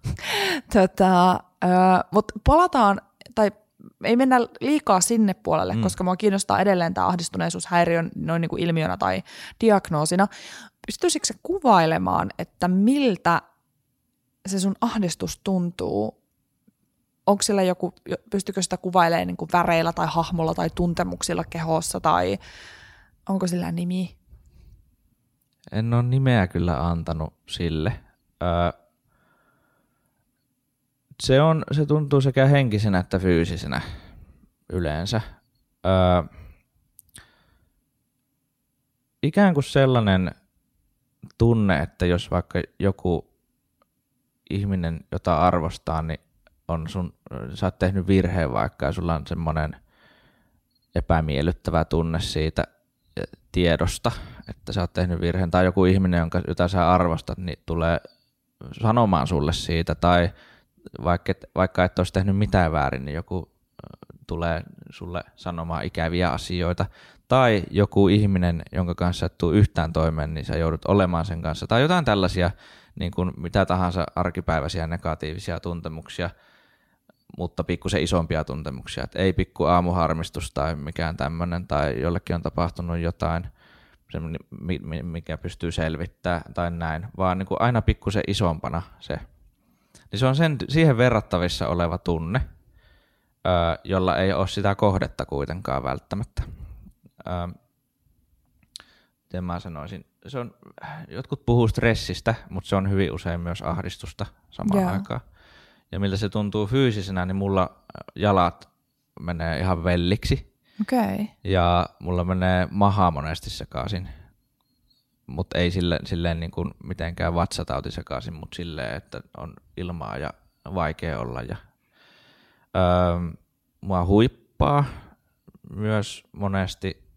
Mutta palataan, tai ei mennä liikaa sinne puolelle, koska mua kiinnostaa edelleen tämä ahdistuneisuushäiriön noin niin kuin ilmiönä tai diagnoosina. Pystyisikö se kuvailemaan, että miltä se sun ahdistus tuntuu? Onko sillä joku, pystyykö sitä kuvailemaan niin kuin väreillä tai hahmolla tai tuntemuksilla kehossa tai onko sillä nimi? En ole nimeä kyllä antanut sille. Se tuntuu sekä henkisenä että fyysisenä yleensä. Ikään kuin sellainen tunne, että jos vaikka joku ihminen, jota arvostaa, niin sä oot tehnyt virheen vaikka ja sulla on semmoinen epämiellyttävä tunne siitä tiedosta, että sä oot tehnyt virheen, tai joku ihminen, jota sä arvostat, niin tulee sanomaan sulle siitä, tai vaikka et olisi tehnyt mitään väärin, niin joku tulee sulle sanomaan ikäviä asioita, tai joku ihminen, jonka kanssa et tule yhtään toimeen, niin sä joudut olemaan sen kanssa, tai jotain tällaisia, niin kuin mitä tahansa arkipäiväisiä negatiivisia tuntemuksia, mutta pikkusen isompia tuntemuksia, että ei pikku aamuharmistus tai mikään tämmöinen, tai jollekin on tapahtunut jotain, mikä pystyy selvittämään tai näin, vaan niin kuin aina pikkusen isompana se. Niin se on siihen verrattavissa oleva tunne, jolla ei ole sitä kohdetta kuitenkaan välttämättä. Miten mä sanoisin? Jotkut puhuu stressistä, mutta se on hyvin usein myös ahdistusta samaan aikaan. Ja miltä se tuntuu fyysisenä, niin mulla jalat menee ihan velliksi. Okay. Ja mulla menee maha monesti sekaisin. Mutta ei silleen niin kuin mitenkään vatsatauti sekaisin, mutta silleen, että on ilmaa ja vaikea olla. Ja, mua huippaa myös monesti.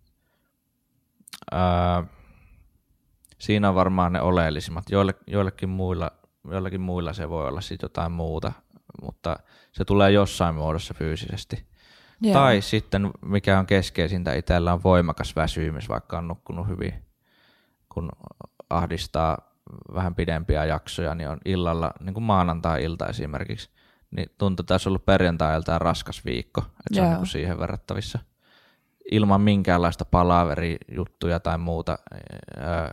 Siinä on varmaan ne oleellisimmat. Joillakin muilla se voi olla sit jotain muuta, mutta se tulee jossain muodossa fyysisesti. Yeah. Tai sitten, mikä on keskeisintä itsellä, on voimakas väsymys, vaikka on nukkunut hyvin. Kun ahdistaa vähän pidempiä jaksoja, niin on illalla, niin kuin maanantai-ilta esimerkiksi, niin tuntuu, että olisi ollut perjantai-iltaan raskas viikko, että se on niin kuin siihen verrattavissa. Ilman minkäänlaista palaverijuttuja tai muuta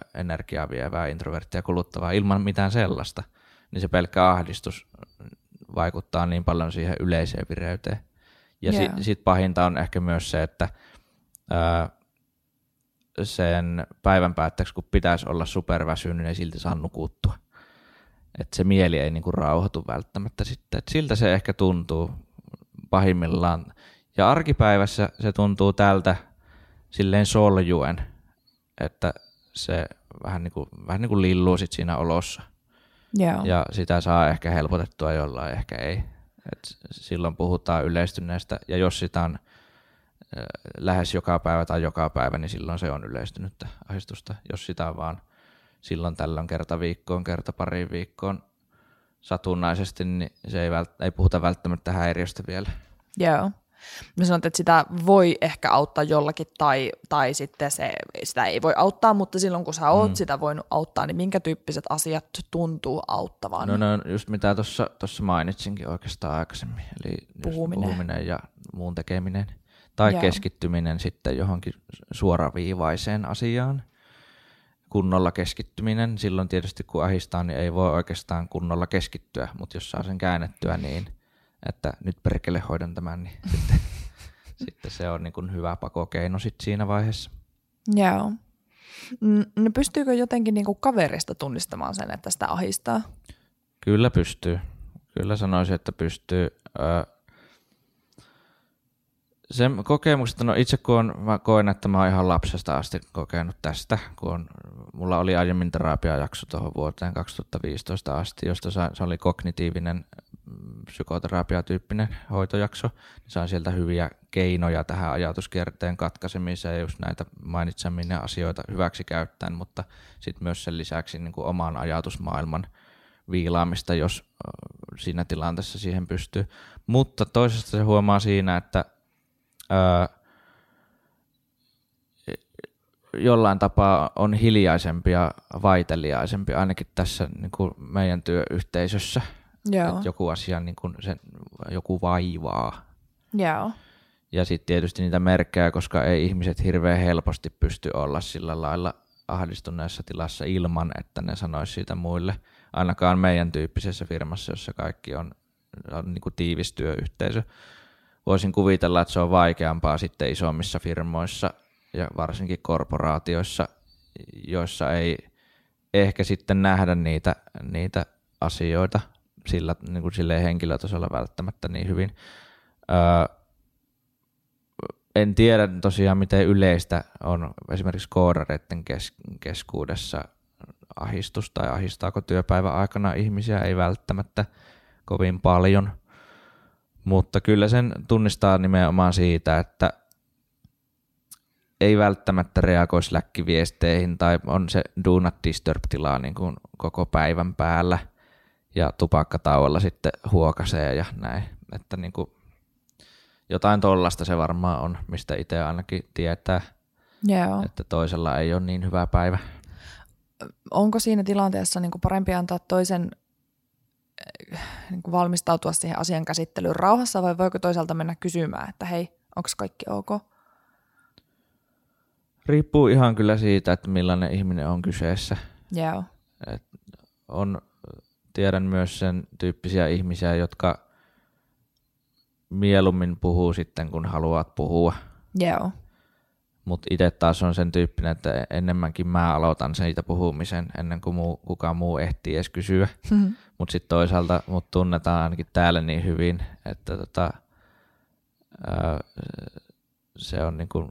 energiaa vievää, introverttia kuluttavaa, ilman mitään sellaista, niin se pelkkä ahdistus vaikuttaa niin paljon siihen yleiseen vireyteen. Ja sit pahinta on ehkä myös se, että sen päivän päätteeksi, kun pitäisi olla superväsynyt, niin ei silti saa nukuttua. Että se mieli ei niinku rauhoitu välttämättä sitten. Et siltä se ehkä tuntuu pahimmillaan. Ja arkipäivässä se tuntuu tältä silleen soljuen, että se vähän niin kuin lilluu sit siinä olossa. Yeah. Ja sitä saa ehkä helpotettua jollain, ehkä ei. Et silloin puhutaan yleistyneestä, ja jos sitä on lähes joka päivä, niin silloin se on yleistynyttä ahdistusta. Jos sitä on vaan silloin tällöin kerta viikkoon, kerta pariin viikkoon satunnaisesti, niin se ei puhuta välttämättä häiriöstä vielä. Joo. Mä sanon, että sitä voi ehkä auttaa jollakin tai sitten sitä ei voi auttaa, mutta silloin kun sä oot sitä voinut auttaa, niin minkä tyyppiset asiat tuntuu auttavan? No just mitä tuossa mainitsinkin oikeastaan aikaisemmin, eli puhuminen ja muun tekeminen tai keskittyminen sitten johonkin suoraviivaiseen asiaan. Kunnolla keskittyminen, silloin tietysti kun ahdistaa, niin ei voi oikeastaan kunnolla keskittyä, mutta jos saa sen käännettyä niin, että nyt perkele hoidan tämän, niin sitten se on niin kuin hyvä pakokeino sit siinä vaiheessa. Joo. No pystyykö jotenkin niin kuin kaverista tunnistamaan sen, että sitä ahdistaa? Kyllä pystyy. Kyllä sanoisin, että pystyy. Sen kokemuksesta, no itse kun mä koen, että mä oon ihan lapsesta asti kokenut tästä, kun mulla oli aiemmin terapiajakso tuohon vuoteen 2015 asti, josta se oli kognitiivinen psykoterapiatyyppinen hoitojakso, niin sain sieltä hyviä keinoja tähän ajatuskierteen katkaisemiseen ja just näitä mainitseminen asioita hyväksi käyttäen, mutta sitten myös sen lisäksi niin kuin oman ajatusmaailman viilaamista, jos siinä tilanteessa siihen pystyy. Mutta toisesta se huomaa siinä, että jollain tapaa on hiljaisempi ja vaiteliaisempi, ainakin tässä niin kuin meidän työyhteisössä. Että joku asia, niin kuin joku vaivaa. Joo. Ja sitten tietysti niitä merkkejä, koska ei ihmiset hirveän helposti pysty olla sillä lailla ahdistuneessa tilassa ilman, että ne sanoisi siitä muille. Ainakaan meidän tyyppisessä firmassa, jossa kaikki on niin kuin tiivis työyhteisö. Voisin kuvitella, että se on vaikeampaa sitten isommissa firmoissa ja varsinkin korporaatioissa, joissa ei ehkä sitten nähdä niitä asioita sillä niin kuin silleen henkilötasolla välttämättä niin hyvin. En tiedä tosiaan, miten yleistä on esimerkiksi koodareiden keskuudessa ahdistus tai ahdistaako työpäivän aikana ihmisiä, ei välttämättä kovin paljon. Mutta kyllä sen tunnistaa nimenomaan siitä, että ei välttämättä reagoi Slack-viesteihin tai on se do not disturb-tila niin kuin koko päivän päällä ja tupakkatauolla sitten huokasee ja näin. Että niin kuin jotain tollasta se varmaan on, mistä itse ainakin tietää, että toisella ei ole niin hyvä päivä. Onko siinä tilanteessa niin kuin parempi antaa toisen niin kuin valmistautua siihen asian käsittelyyn rauhassa vai voiko toisaalta mennä kysymään, että hei, onko kaikki ok? Riippuu ihan kyllä siitä, että millainen ihminen on kyseessä. Joo. Tiedän myös sen tyyppisiä ihmisiä, jotka mieluummin puhuu sitten, kun haluat puhua. Joo. Mutta itse taas on sen tyyppinen, että enemmänkin mä aloitan siitä puhumisen ennen kuin kukaan muu ehtii edes kysyä. Mutta sitten toisaalta mut tunnetaan ainakin täällä niin hyvin, että se on niinku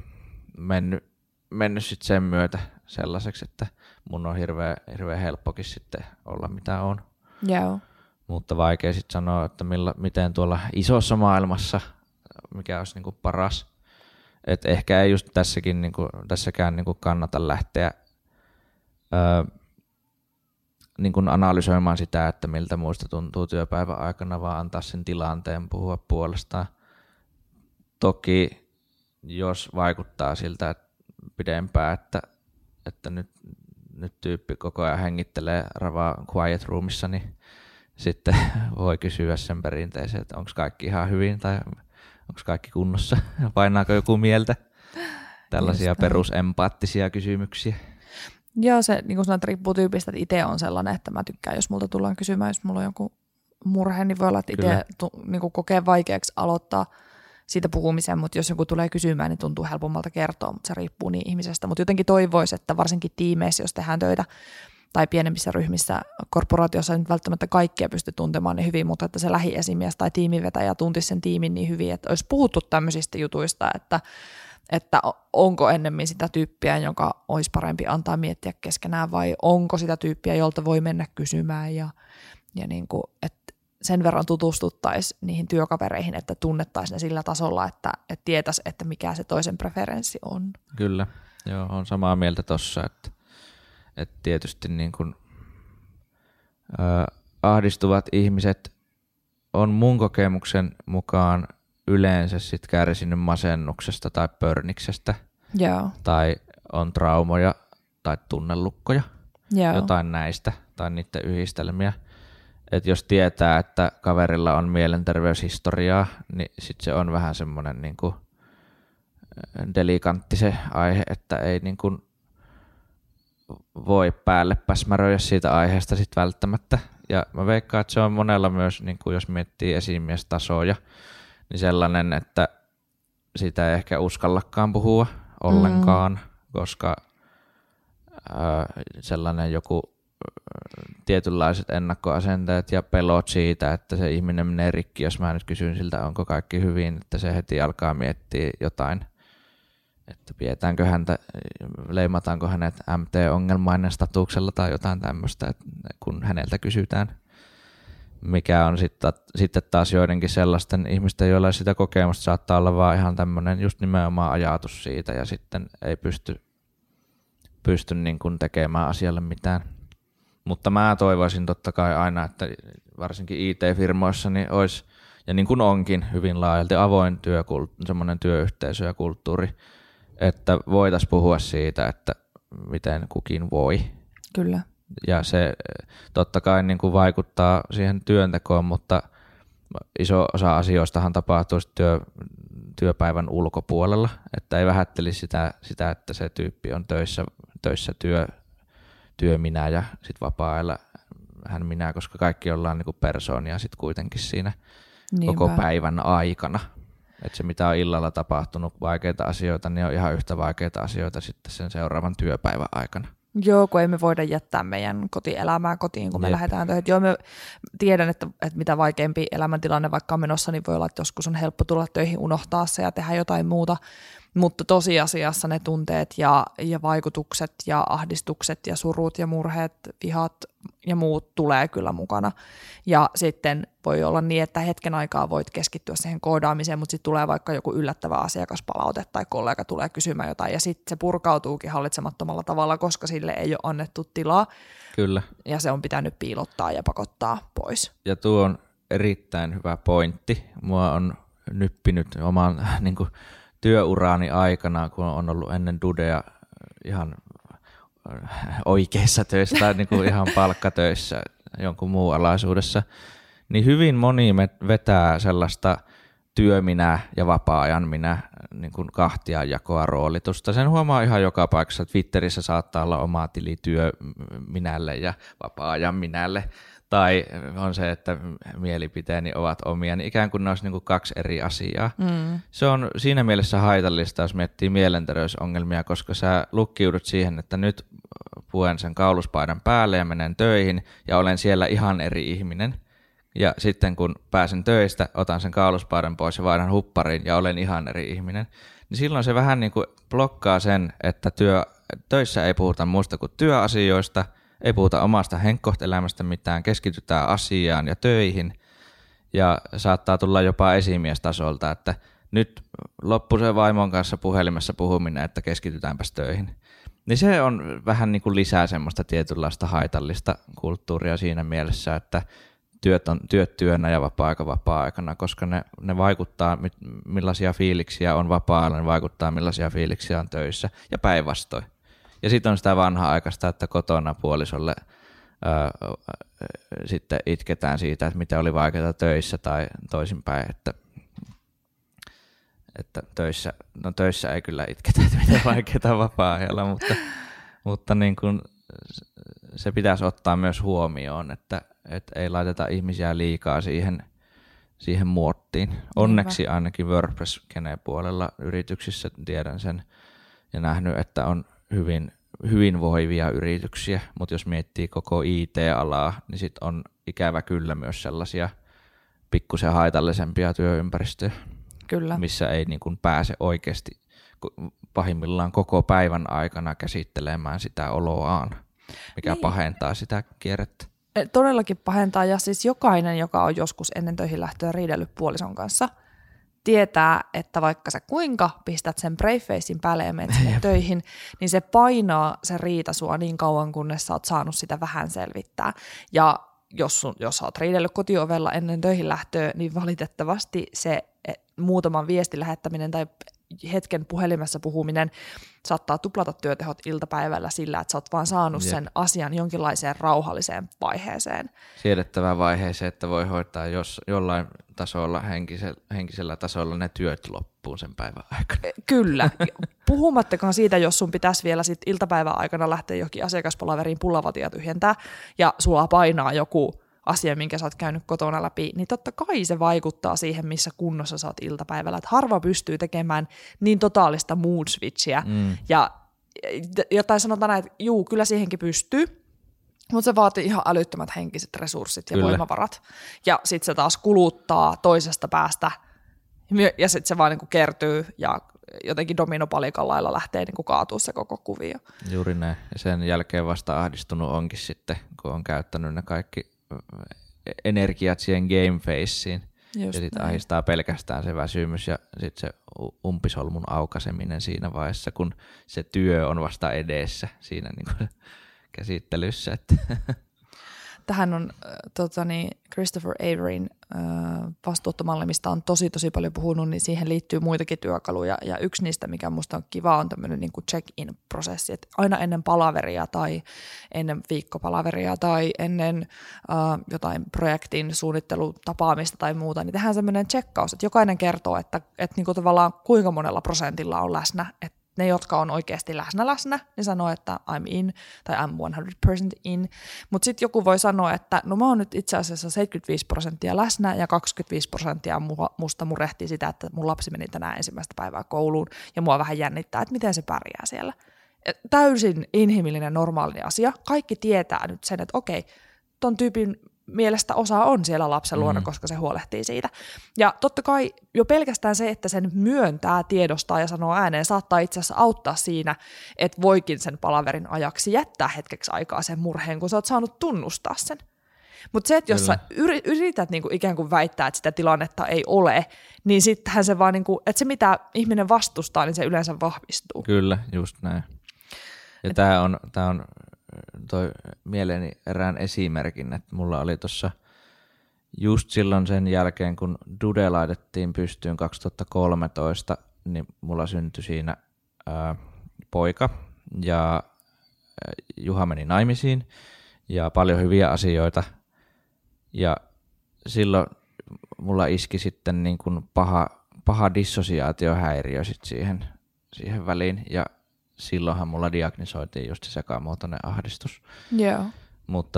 mennyt sit sen myötä sellaiseksi, että mun on hirveän helppokin sitten olla mitä on. Joo. Mutta vaikea sitten sanoa, että miten tuolla isossa maailmassa, mikä olisi niinku paras. Et ehkä ei just tässäkään niinku kannata lähteä niinku analysoimaan sitä, että miltä muista tuntuu työpäivän aikana, vaan antaa sen tilanteen puhua puolestaan. Toki jos vaikuttaa siltä että pidempään, että nyt tyyppi koko ajan hengittelee ravaa quiet roomissa, niin sitten voi kysyä sen perinteisen, että onko kaikki ihan hyvin tai onko kaikki kunnossa, painaako joku mieltä, tällaisia perusempaattisia kysymyksiä. Joo, se niin kuin sanoit, riippuu tyypistä, että itse on sellainen, että mä tykkään, jos multa tullaan kysymään, jos mulla on joku murhe, niin voi olla, että itse niin kokee vaikeaksi aloittaa siitä puhumisen, mutta jos joku tulee kysymään, niin tuntuu helpommalta kertoa, mutta se riippuu niin ihmisestä. Mutta jotenkin toivoisi, että varsinkin tiimeissä, jos tehdään töitä tai pienemmissä ryhmissä, korporaatiossa ei nyt välttämättä kaikkia pysty tuntemaan niin hyvin, mutta että se lähiesimies tai tiimivetäjä tuntisi sen tiimin niin hyvin, että olisi puhuttu tämmöisistä jutuista, että onko ennemmin sitä tyyppiä, jonka olisi parempi antaa miettiä keskenään, vai onko sitä tyyppiä, jolta voi mennä kysymään, ja niin kuin, että sen verran tutustuttaisiin niihin työkavereihin, että tunnettaisiin ne sillä tasolla, että tietäisi, että mikä se toisen preferenssi on. Kyllä, joo, on samaa mieltä tossa, että tietysti niin kuin, ahdistuvat ihmiset on mun kokemuksen mukaan yleensä sit kärsinyt masennuksesta tai pörniksestä, tai on traumoja tai tunnelukkoja, jotain näistä tai niiden yhdistelmiä. Et jos tietää, että kaverilla on mielenterveyshistoriaa, niin sit se on vähän semmoinen niinku delikantti se aihe, että ei niinku voi päälle päsmäröidä siitä aiheesta sit välttämättä. Ja mä veikkaan, että se on monella myös, niinku jos miettii esimiestasoja, niin sellainen, että sitä ei ehkä uskallakaan puhua ollenkaan, koska sellainen joku tietynlaiset ennakkoasenteet ja pelot siitä, että se ihminen menee rikki, jos mä nyt kysyn siltä, onko kaikki hyvin, että se heti alkaa miettiä jotain, että pidetäänkö häntä, leimataanko hänet MT-ongelmainen statuksella tai jotain tämmöistä, kun häneltä kysytään. Mikä on sitten taas joidenkin sellaisten ihmisten, joilla sitä kokemusta saattaa olla vaan ihan tämmöinen just nimenomaan ajatus siitä ja sitten ei pysty niin kuin tekemään asialle mitään. Mutta mä toivoisin totta kai aina, että varsinkin IT-firmoissa niin olisi, ja niin kuin onkin hyvin laajalti avoin semmoinen työyhteisö ja kulttuuri, että voitaisiin puhua siitä, että miten kukin voi. Kyllä. Ja se totta kai niin kuin vaikuttaa siihen työntekoon, mutta iso osa asioistahan tapahtuu työpäivän ulkopuolella, että ei vähättelisi sitä, että se tyyppi on töissä työ minä ja sitten vapaa-ajalla hän minä, koska kaikki ollaan niin kuin persoonia sitten kuitenkin siinä koko päivän aikana. Että se mitä on illalla tapahtunut vaikeita asioita, niin on ihan yhtä vaikeita asioita sitten sen seuraavan työpäivän aikana. Joo, kun ei me voida jättää meidän kotielämää kotiin, kun me lähdetään töihin. Joo, mä tiedän, että mitä vaikeampi elämäntilanne vaikka on menossa, niin voi olla, että joskus on helppo tulla töihin, unohtaa se ja tehdä jotain muuta. Mutta tosiasiassa ne tunteet ja vaikutukset ja ahdistukset ja surut ja murheet, vihat ja muut tulee kyllä mukana. Ja sitten voi olla niin, että hetken aikaa voit keskittyä siihen koodaamiseen, mutta sitten tulee vaikka joku yllättävä asiakaspalaute tai kollega tulee kysymään jotain ja sitten se purkautuukin hallitsemattomalla tavalla, koska sille ei ole annettu tilaa. Kyllä. Ja se on pitänyt piilottaa ja pakottaa pois. Ja tuo on erittäin hyvä pointti. Mua on nyppinyt oman niin kuin työuraani aikana, kun on ollut ennen Dudea ihan oikeissa töissä tai niin kuin ihan palkkatöissä jonkun muun alaisuudessa, niin hyvin moni vetää sellaista työminä ja vapaa-ajan minä niin kuin kahtiajakoa roolitusta. Sen huomaa ihan joka paikassa. Twitterissä saattaa olla oma tili työminälle ja vapaa-ajan minälle. Tai on se, että mielipiteeni ovat omia, niin ikään kuin ne olisi niin kuin kaksi eri asiaa. Se on siinä mielessä haitallista, jos miettii mielenterveysongelmia, koska sä lukkiudut siihen, että nyt puen sen kauluspaidan päälle ja menen töihin ja olen siellä ihan eri ihminen. Ja sitten kun pääsen töistä, otan sen kauluspaidan pois ja vaihdan huppariin ja olen ihan eri ihminen. Niin silloin se vähän niin kuin blokkaa sen, että töissä ei puhuta muista kuin työasioista, ei puhuta omasta henkkohtelämästä mitään, keskitytään asiaan ja töihin ja saattaa tulla jopa esimiestasolta, että nyt loppu se vaimon kanssa puhelimessa puhuminen, että keskitytäänpäs töihin. Niin se on vähän niin kuin lisää semmoista tietynlaista haitallista kulttuuria siinä mielessä, että työt työnä ja vapaa-aika vapaa-aikana, koska ne vaikuttaa, millaisia fiiliksiä on vapaa-ajalla, ne vaikuttaa, millaisia fiiliksiä on töissä ja päinvastoin. Ja sitten on sitä vanha-aikaista, että kotona puolisolle sitten itketään siitä, että mitä oli vaikeaa töissä tai toisinpäin, että töissä ei kyllä itketä, että mitä vaikeaa vapaa-ajalla, mutta niin kuin se pitäisi ottaa myös huomioon, että että ei laiteta ihmisiä liikaa siihen muottiin. Onneksi ainakin WordPress-keneen puolella yrityksissä tiedän sen ja nähnyt, että on hyvinvoivia yrityksiä, mutta jos miettii koko IT-alaa, niin sit on ikävä kyllä myös sellaisia pikkusen haitallisempia työympäristöjä, Kyllä. missä ei niin kuin pääse oikeasti pahimmillaan koko päivän aikana käsittelemään sitä oloaan, mikä pahentaa sitä kierrettä. Todellakin pahentaa, ja siis jokainen, joka on joskus ennen töihin lähtöä riidellyt puolison kanssa, tietää, että vaikka sä kuinka pistät sen brave-facein päälle ja menet sinne töihin, niin se painaa se riita sua niin kauan, kunnes sä oot saanut sitä vähän selvittää. Ja jos sä oot riidellyt kotiovella ennen töihin lähtöä, niin valitettavasti se muutaman viestin lähettäminen tai hetken puhelimessa puhuminen saattaa tuplata työtehot iltapäivällä sillä, että sä oot vaan saanut sen asian jonkinlaiseen rauhalliseen vaiheeseen. Siedettävään vaiheeseen, että voi hoitaa jollain tasolla, henkisellä tasolla ne työt loppuun sen päivän aikana. Kyllä. Puhumattakaan siitä, jos sun pitäisi vielä sit iltapäivän aikana lähteä johonkin asiakaspalaveriin pullavatia tyhjentää ja sulla painaa joku asia, minkä sä oot käynyt kotona läpi, niin totta kai se vaikuttaa siihen, missä kunnossa sä oot iltapäivällä. Että harva pystyy tekemään niin totaalista mood switchiä. Ja jotain sanotaan näin, että juu, kyllä siihenkin pystyy, mutta se vaatii ihan älyttömät henkiset resurssit ja voimavarat. Ja sitten se taas kuluttaa toisesta päästä, ja sitten se vaan niinku kertyy, ja jotenkin dominopalikan lailla lähtee niinku kaatua se koko kuvio. Juuri näin. Ja sen jälkeen vasta ahdistunut onkin sitten, kun on käyttänyt ne kaikki energiat siihen game faceen. Ja sitten ahdistaa pelkästään se väsymys ja sitten se umpisolmun aukaiseminen siinä vaiheessa, kun se työ on vasta edessä siinä niin käsittelyssä. Että. Tähän on Christopher Averyn vastuuttomalle, mistä on tosi paljon puhunut, niin siihen liittyy muitakin työkaluja. Ja yksi niistä, mikä musta on kiva, on tämmöinen niin kuin check-in-prosessi. Että aina ennen palaveria tai ennen viikkopalaveria tai ennen jotain projektin suunnittelutapaamista tai muuta, niin tehdään semmoinen checkaus, että jokainen kertoo, että niin kuin tavallaan kuinka monella prosentilla on läsnä, että ne, jotka on oikeasti läsnä, niin sanoo, että I'm in tai I'm 100% in. Mutta sitten joku voi sanoa, että no mä oon nyt itse asiassa 75% läsnä ja 25% musta murehtii sitä, että mun lapsi meni tänään ensimmäistä päivää kouluun ja mua vähän jännittää, että miten se pärjää siellä. Täysin inhimillinen, normaali asia. Kaikki tietää nyt sen, että okei, ton tyypin mielestä osa on siellä lapsen luona, koska se huolehtii siitä. Ja totta kai jo pelkästään se, että sen myöntää, tiedostaa ja sanoo ääneen, saattaa itse asiassa auttaa siinä, että voikin sen palaverin ajaksi jättää hetkeksi aikaa sen murheen, kun sä oot saanut tunnustaa sen. Mutta se, että jos sä yrität niinku ikään kuin väittää, että sitä tilannetta ei ole, niin sittenhän se vaan, niinku, että se mitä ihminen vastustaa, niin se yleensä vahvistuu. Kyllä, just näin. Ja tää on toi mieleeni erään esimerkin, että mulla oli tuossa just silloin sen jälkeen, kun Dude laitettiin pystyyn 2013, niin mulla syntyi siinä poika ja Juha meni naimisiin ja paljon hyviä asioita ja silloin mulla iski sitten niin kuin paha dissosiaatiohäiriö sit siihen väliin ja silloinhan mulla diagnosoitiin just se sekamuotoinen ahdistus. Joo. Mutta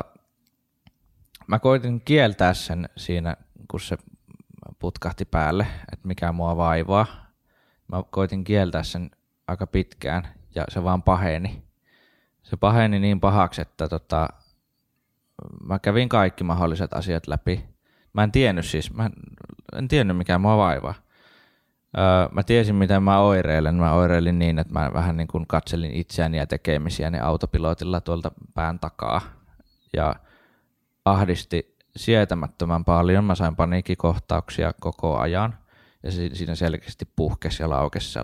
mä koitin kieltää sen siinä, kun se putkahti päälle, että mikä mua vaivaa. Mä koitin kieltää sen aika pitkään ja se vaan paheni. Se paheni niin pahaksi, että mä kävin kaikki mahdolliset asiat läpi. Mä en tiennyt mikä mua vaivaa. Mä tiesin, miten mä oireilen. Mä oireilin niin, että mä vähän niin kuin katselin itseäni ja tekemisiäni autopilotilla tuolta pään takaa. Ja ahdisti sietämättömän paljon. Mä sain paniikkikohtauksia koko ajan. Ja siinä selkeästi puhkesi ja laukesi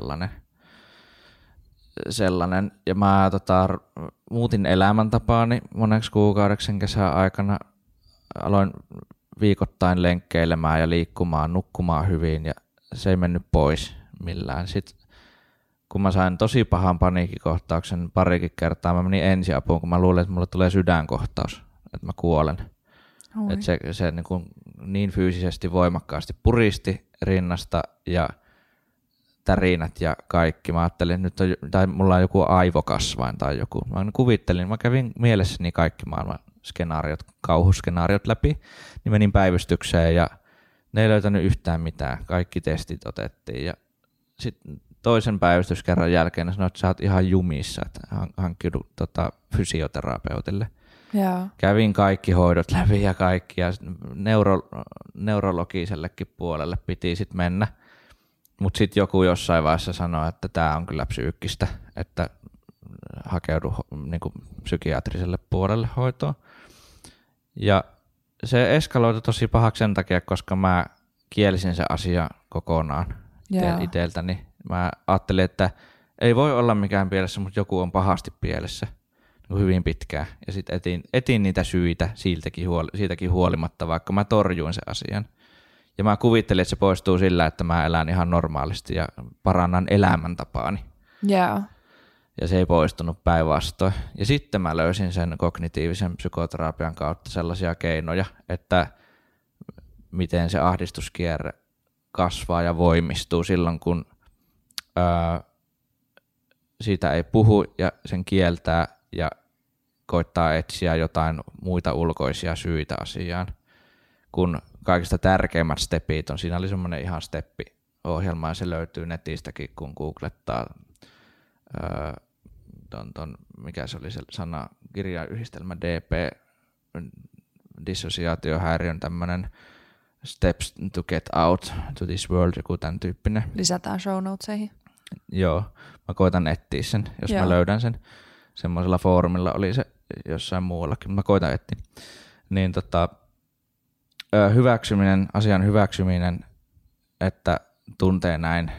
sellainen. Ja mä muutin elämäntapaani moneksi kuukaudeksi sen kesän aikana. Aloin viikoittain lenkkeilemään ja liikkumaan, nukkumaan hyvin ja se ei mennyt pois millään. Sitten kun mä sain tosi pahan paniikkikohtauksen parikin kertaa, mä menin ensiapuun, kun mä luulin, että mulle tulee sydänkohtaus, että mä kuolen. Että se niin fyysisesti voimakkaasti puristi rinnasta ja tärinät ja kaikki. Mä ajattelin, että nyt mulla on joku aivokasvain tai joku. Mä kuvittelin, mä kävin mielessäni kaikki maailman kauhuskenaariot läpi, niin menin päivystykseen ja ne ei löytänyt yhtään mitään. Kaikki testit otettiin ja sitten toisen päivystyskerran jälkeen ne sanoi, että sä oot ihan jumissa, että hankkiudut fysioterapeutille. Yeah. Kävin kaikki hoidot läpi ja kaikki ja neurologisellekin puolelle piti sitten mennä. Mutta sitten joku jossain vaiheessa sanoi, että tämä on kyllä psyykkistä, että hakeudu niinku psykiatriselle puolelle hoitoon. Ja se eskaloitui tosi pahaksi sen takia, koska mä kielisin se asia kokonaan itseltäni. Mä ajattelin, että ei voi olla mikään pielessä, mutta joku on pahasti pielessä hyvin pitkään. Ja sitten etin niitä syitä siitäkin huolimatta, vaikka mä torjuin sen asian. Ja mä kuvittelin, että se poistuu sillä, että mä elän ihan normaalisti ja parannan elämäntapaani. Yeah. Ja se ei poistunut päinvastoin. Ja sitten mä löysin sen kognitiivisen psykoterapian kautta sellaisia keinoja, että miten se ahdistuskierre kasvaa ja voimistuu silloin, kun siitä ei puhu ja sen kieltää ja koittaa etsiä jotain muita ulkoisia syitä asiaan. Kun kaikista tärkeimmät stepit on, siinä oli semmoinen ihan steppiohjelma ja se löytyy netistäkin, kun googlettaa mikä se oli se sana, kirjayhdistelmä DP, dissosiaatiohäiriön tämmöinen steps to get out to this world, joku tämän tyyppinen. Lisätään show notesihin. Joo, mä koitan etsiä sen, jos mä löydän sen. Semmoisella foorumilla oli se jossain muuallakin, mä koitan etsiä. Niin asian hyväksyminen, että tuntee näin,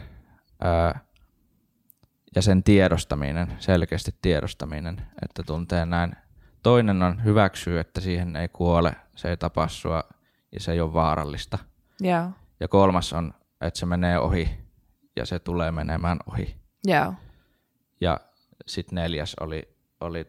ja sen tiedostaminen, selkeästi tiedostaminen, että tuntee näin. Toinen on hyväksyä, että siihen ei kuole, se ei tapa sua ja se ei ole vaarallista. Yeah. Ja kolmas on, että se menee ohi ja se tulee menemään ohi. Yeah. Ja sitten neljäs oli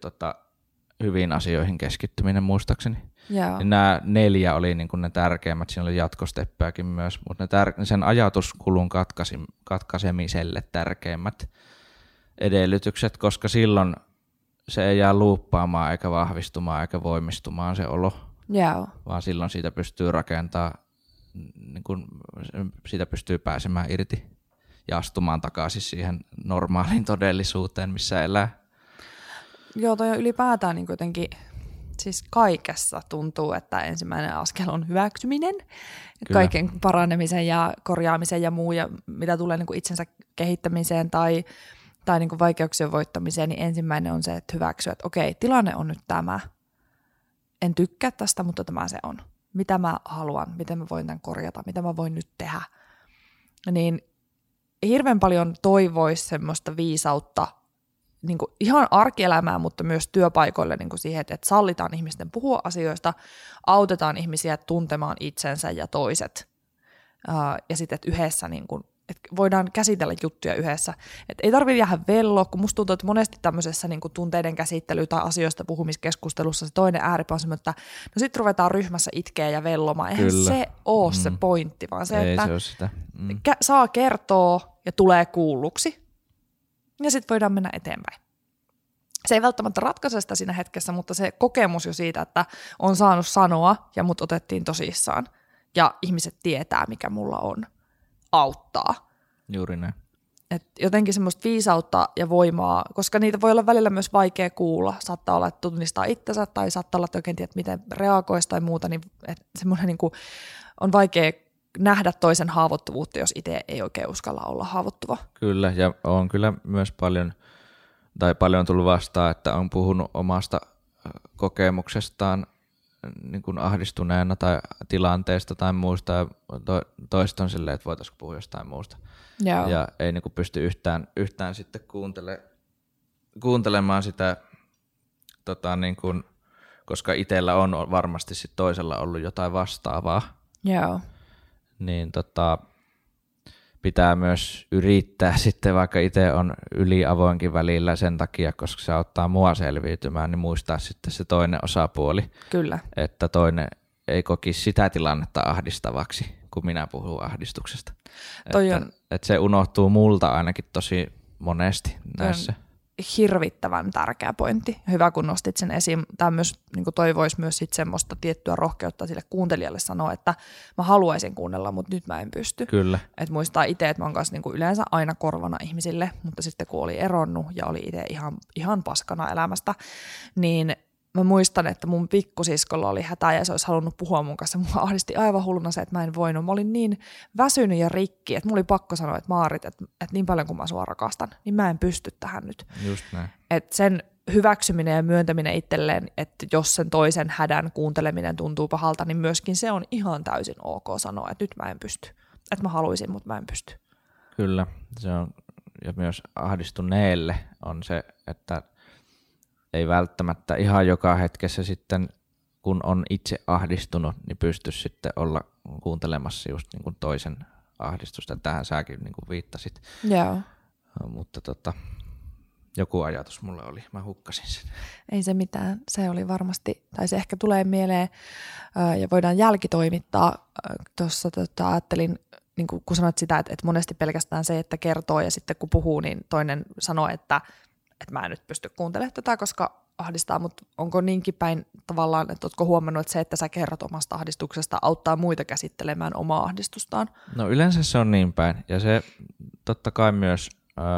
hyvin asioihin keskittyminen muistaakseni. Yeah. Nämä 4 oli niin kuin ne tärkeimmät, siinä oli jatkosteppejäkin myös, mutta sen ajatuskulun katkaisemiselle tärkeimmät edellytykset, koska silloin se ei jää luuppaamaan eikä vahvistumaan eikä voimistumaan se olo, vaan silloin siitä pystyy rakentamaan, niin kuin, siitä pystyy pääsemään irti ja astumaan takaisin siihen normaaliin todellisuuteen, missä elää. Joo, toi on ylipäätään niin jotenkin, siis kaikessa tuntuu, että ensimmäinen askel on hyväksyminen. Kyllä. Kaiken paranemisen ja korjaamisen ja muu, ja mitä tulee niin kuin itsensä kehittämiseen tai niin kuin vaikeuksien voittamiseen, niin ensimmäinen on se, että hyväksyä, että okei, tilanne on nyt tämä. En tykkää tästä, mutta tämä se on. Mitä mä haluan, miten mä voin tämän korjata, mitä mä voin nyt tehdä. Niin hirveän paljon toivoisi semmoista viisautta niin kuin ihan arkielämään, mutta myös työpaikoille niin kuin siihen, että sallitaan ihmisten puhua asioista, autetaan ihmisiä tuntemaan itsensä ja toiset. Ja sitten, että yhdessä niin kuin, että voidaan käsitellä juttuja yhdessä. Että ei tarvitse jäädä velloa, kun musta tuntuu, että monesti tämmöisessä niin kuin tunteiden käsittely tai asioista puhumiskeskustelussa se toinen ääripää on semmoinen, että no sit ruvetaan ryhmässä itkeä ja vellomaan. Eihän se ole se pointti, vaan se, ei että se ole sitä. Saa kertoa ja tulee kuulluksi. Ja sitten voidaan mennä eteenpäin. Se ei välttämättä ratkaise sitä siinä hetkessä, mutta se kokemus jo siitä, että on saanut sanoa ja mut otettiin tosissaan ja ihmiset tietää, mikä mulla on, auttaa. Juuri näin. Et jotenkin semmoista viisautta ja voimaa, koska niitä voi olla välillä myös vaikea kuulla. Saattaa olla, että tunnistaa itsensä tai saattaa olla, että oikein tiedät, miten reagoisi tai muuta. Niin semmoinen niin kuin on vaikea nähdä toisen haavoittuvuutta, jos itse ei oikein uskalla olla haavoittuva. Kyllä, ja on kyllä myös paljon tullut vastaan, että on puhunut omasta kokemuksestaan niin kuin ahdistuneena tai tilanteesta tai muusta, ja toista on silleen, että voitaisiinko puhua jostain muusta. Joo. Ja ei niin kuin pysty yhtään sitten kuuntelemaan sitä, niin kuin, koska itsellä on varmasti sit toisella ollut jotain vastaavaa. Joo. Niin pitää myös yrittää sitten, vaikka itse on yliavoinkin välillä sen takia, koska se auttaa mua selviytymään, niin muistaa sitten se toinen osapuoli. Kyllä. Että toinen ei kokisi sitä tilannetta ahdistavaksi, kun minä puhun ahdistuksesta. Että se unohtuu multa ainakin tosi monesti näissä. hirvittävän tärkeä pointti. Hyvä, kun nostit sen esiin. Tämä myös niin toivoisi myös sit semmoista tiettyä rohkeutta sille kuuntelijalle sanoa, että mä haluaisin kuunnella, mutta nyt mä en pysty. Kyllä. Et muistaa itse, että mä oon kanssa niin yleensä aina korvana ihmisille, mutta sitten kun oli eronnut ja oli itse ihan paskana elämästä, niin mä muistan, että mun pikkusiskolla oli hätä ja se olisi halunnut puhua mun kanssa. Mua ahdisti aivan hulluna se, että mä en voinut. Mä olin niin väsynyt ja rikki, että mulla oli pakko sanoa, että Maarit, että niin paljon kuin mä sua rakastan, niin mä en pysty tähän nyt. Just näin. Että sen hyväksyminen ja myöntäminen itselleen, että jos sen toisen hädän kuunteleminen tuntuu pahalta, niin myöskin se on ihan täysin ok sanoa, että nyt mä en pysty. Että mä haluaisin, mutta mä en pysty. Kyllä. Se on, ja myös ahdistuneelle on se, että ei välttämättä ihan joka hetkessä sitten, kun on itse ahdistunut, niin pysty sitten olla kuuntelemassa just niin kuin toisen ahdistusta. Tähän säkin niin kuin viittasit. Joo. Mutta joku ajatus mulla oli, mä hukkasin sen. Ei se mitään, se oli varmasti, tai se ehkä tulee mieleen ja voidaan jälkitoimittaa. Tuossa ajattelin, niin kun sanoit sitä, että monesti pelkästään se, että kertoo ja sitten kun puhuu, niin toinen sanoo, että mä en nyt pysty kuuntelemaan tätä, koska ahdistaa, mutta onko niinkin päin tavallaan, että ootko huomannut, että se, että sä kerrot omasta ahdistuksesta, auttaa muita käsittelemään omaa ahdistustaan? No yleensä se on niin päin, ja se totta kai myös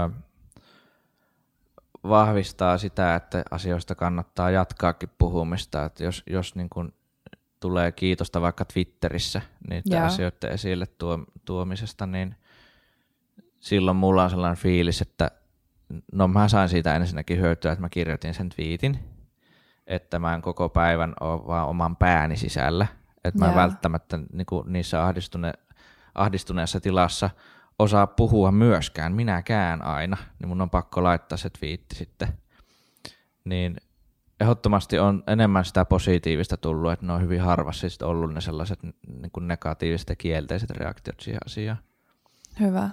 vahvistaa sitä, että asioista kannattaa jatkaakin puhumista, että jos niin kun tulee kiitosta vaikka Twitterissä niiden asioiden esille tuomisesta, niin silloin mulla on sellainen fiilis, että no mä sain siitä ensinnäkin hyötyä, että mä kirjoitin sen twiitin, että mä en koko päivän ole vaan oman pääni sisällä, että mä en välttämättä niin niissä ahdistuneessa tilassa osaa puhua myöskään, minäkään aina, niin mun on pakko laittaa se twiitti sitten. Niin ehdottomasti on enemmän sitä positiivista tullut, että ne on hyvin harvassa sitten ollut ne sellaiset niin kuin negatiiviset ja kielteiset reaktiot siihen asiaan. Hyvä.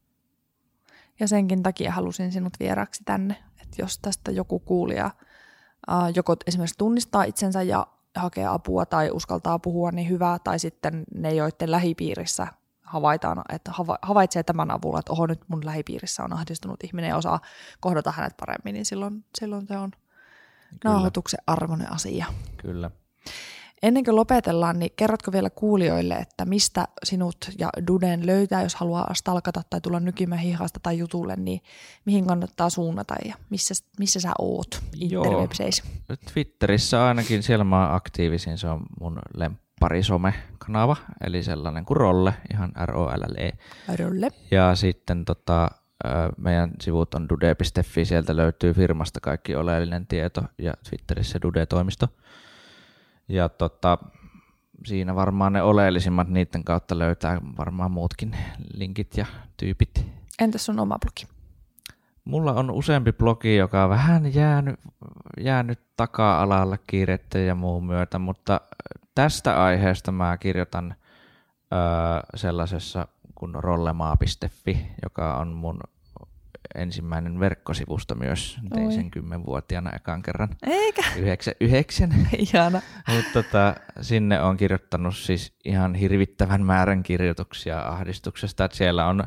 Ja senkin takia halusin sinut vieraksi tänne, että jos tästä joku kuulija joko esimerkiksi tunnistaa itsensä ja hakee apua tai uskaltaa puhua, niin hyvä, tai sitten ne, joiden lähipiirissä havaitaan, että havaitsee tämän avulla, että oho, nyt mun lähipiirissä on ahdistunut ihminen ja osaa kohdata hänet paremmin, niin silloin se on nauhoituksen arvoinen asia. Kyllä. Ennen kuin lopetellaan, niin kerrotko vielä kuulijoille, että mistä sinut ja Duden löytää, jos haluaa stalkata tai tulla nykimään hihasta tai jutulle, niin mihin kannattaa suunnata ja missä sä oot interwebseissä? Twitterissä ainakin, siellä mä oon aktiivisin, se on mun lemppari-some-kanava, eli sellainen kuin Rolle, ihan ROLLE. Rolle. Ja sitten meidän sivut on dude.fi, sieltä löytyy firmasta kaikki oleellinen tieto ja Twitterissä Dude-toimisto. Ja siinä varmaan ne oleellisimmat, niiden kautta löytää varmaan muutkin linkit ja tyypit. Entäs sun oma blogi? Mulla on useampi blogi, joka on vähän jäänyt taka-alalle kiireiden ja muun myötä, mutta tästä aiheesta mä kirjoitan sellaisessa kuin rollemaa.fi, joka on mun ensimmäinen verkkosivusto myös. Tein sen 10-vuotiaana ekan kerran. Eikä? 9. Ihana. Mutta sinne on kirjoittanut siis ihan hirvittävän määrän kirjoituksia ahdistuksesta. Että siellä on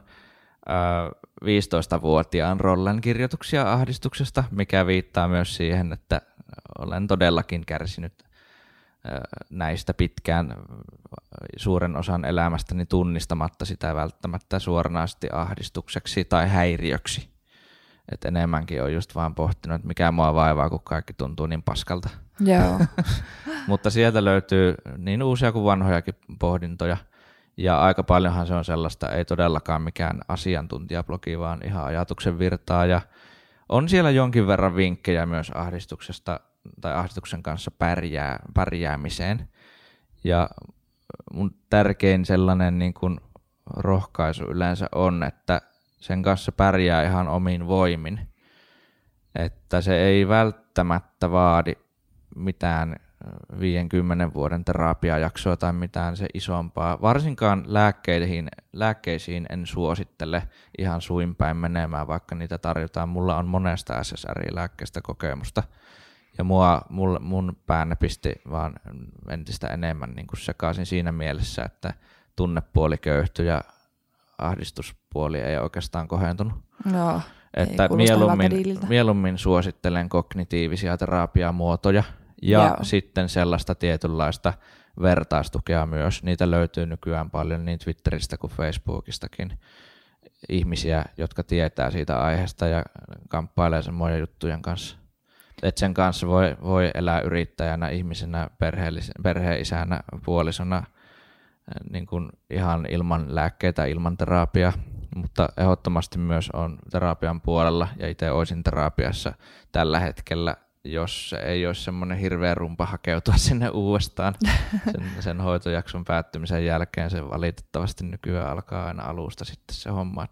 15-vuotiaan Rollen kirjoituksia ahdistuksesta, mikä viittaa myös siihen, että olen todellakin kärsinyt näistä pitkään suuren osan elämästäni tunnistamatta sitä välttämättä suoranaisesti ahdistukseksi tai häiriöksi. Et enemmänkin on just vaan pohtinut, että mikä mua vaivaa, kun kaikki tuntuu niin paskalta. Joo. Mutta sieltä löytyy niin uusia kuin vanhojakin pohdintoja. Ja aika paljonhan se on sellaista, ei todellakaan mikään asiantuntijablogi, vaan ihan ajatuksen virtaa. Ja on siellä jonkin verran vinkkejä myös ahdistuksesta tai ahdistuksen kanssa pärjäämiseen. Ja mun tärkein sellainen niin kuin rohkaisu yleensä on, että sen kanssa pärjää ihan omin voimin. Että se ei välttämättä vaadi mitään 50 vuoden terapiajaksoa tai mitään se isompaa. Varsinkaan lääkkeisiin en suosittele ihan suin päin menemään, vaikka niitä tarjotaan. Mulla on monesta SSRI-lääkkeestä kokemusta. Ja mun päänne pisti vaan entistä enemmän niin kuin sekaisin siinä mielessä, että tunnepuoli köyhtyi ja ahdistuspuoli ei oikeastaan kohentunut. No. Että mieluummin suosittelen kognitiivisia terapiamuotoja ja sitten sellaista tietynlaista vertaistukea myös. Niitä löytyy nykyään paljon niin Twitteristä kuin Facebookistakin ihmisiä, jotka tietää siitä aiheesta ja kamppailee samojen juttujen kanssa. Et sen kanssa voi elää yrittäjänä, ihmisenä, perheisänä, puolisona niin kuin ihan ilman lääkkeitä, ilman terapiaa, mutta ehdottomasti myös on terapian puolella ja itse olisin terapiassa tällä hetkellä, jos se ei olisi semmoinen hirveä rumpa hakeutua sinne uudestaan sen hoitojakson päättymisen jälkeen. Se valitettavasti nykyään alkaa aina alusta sitten se homma.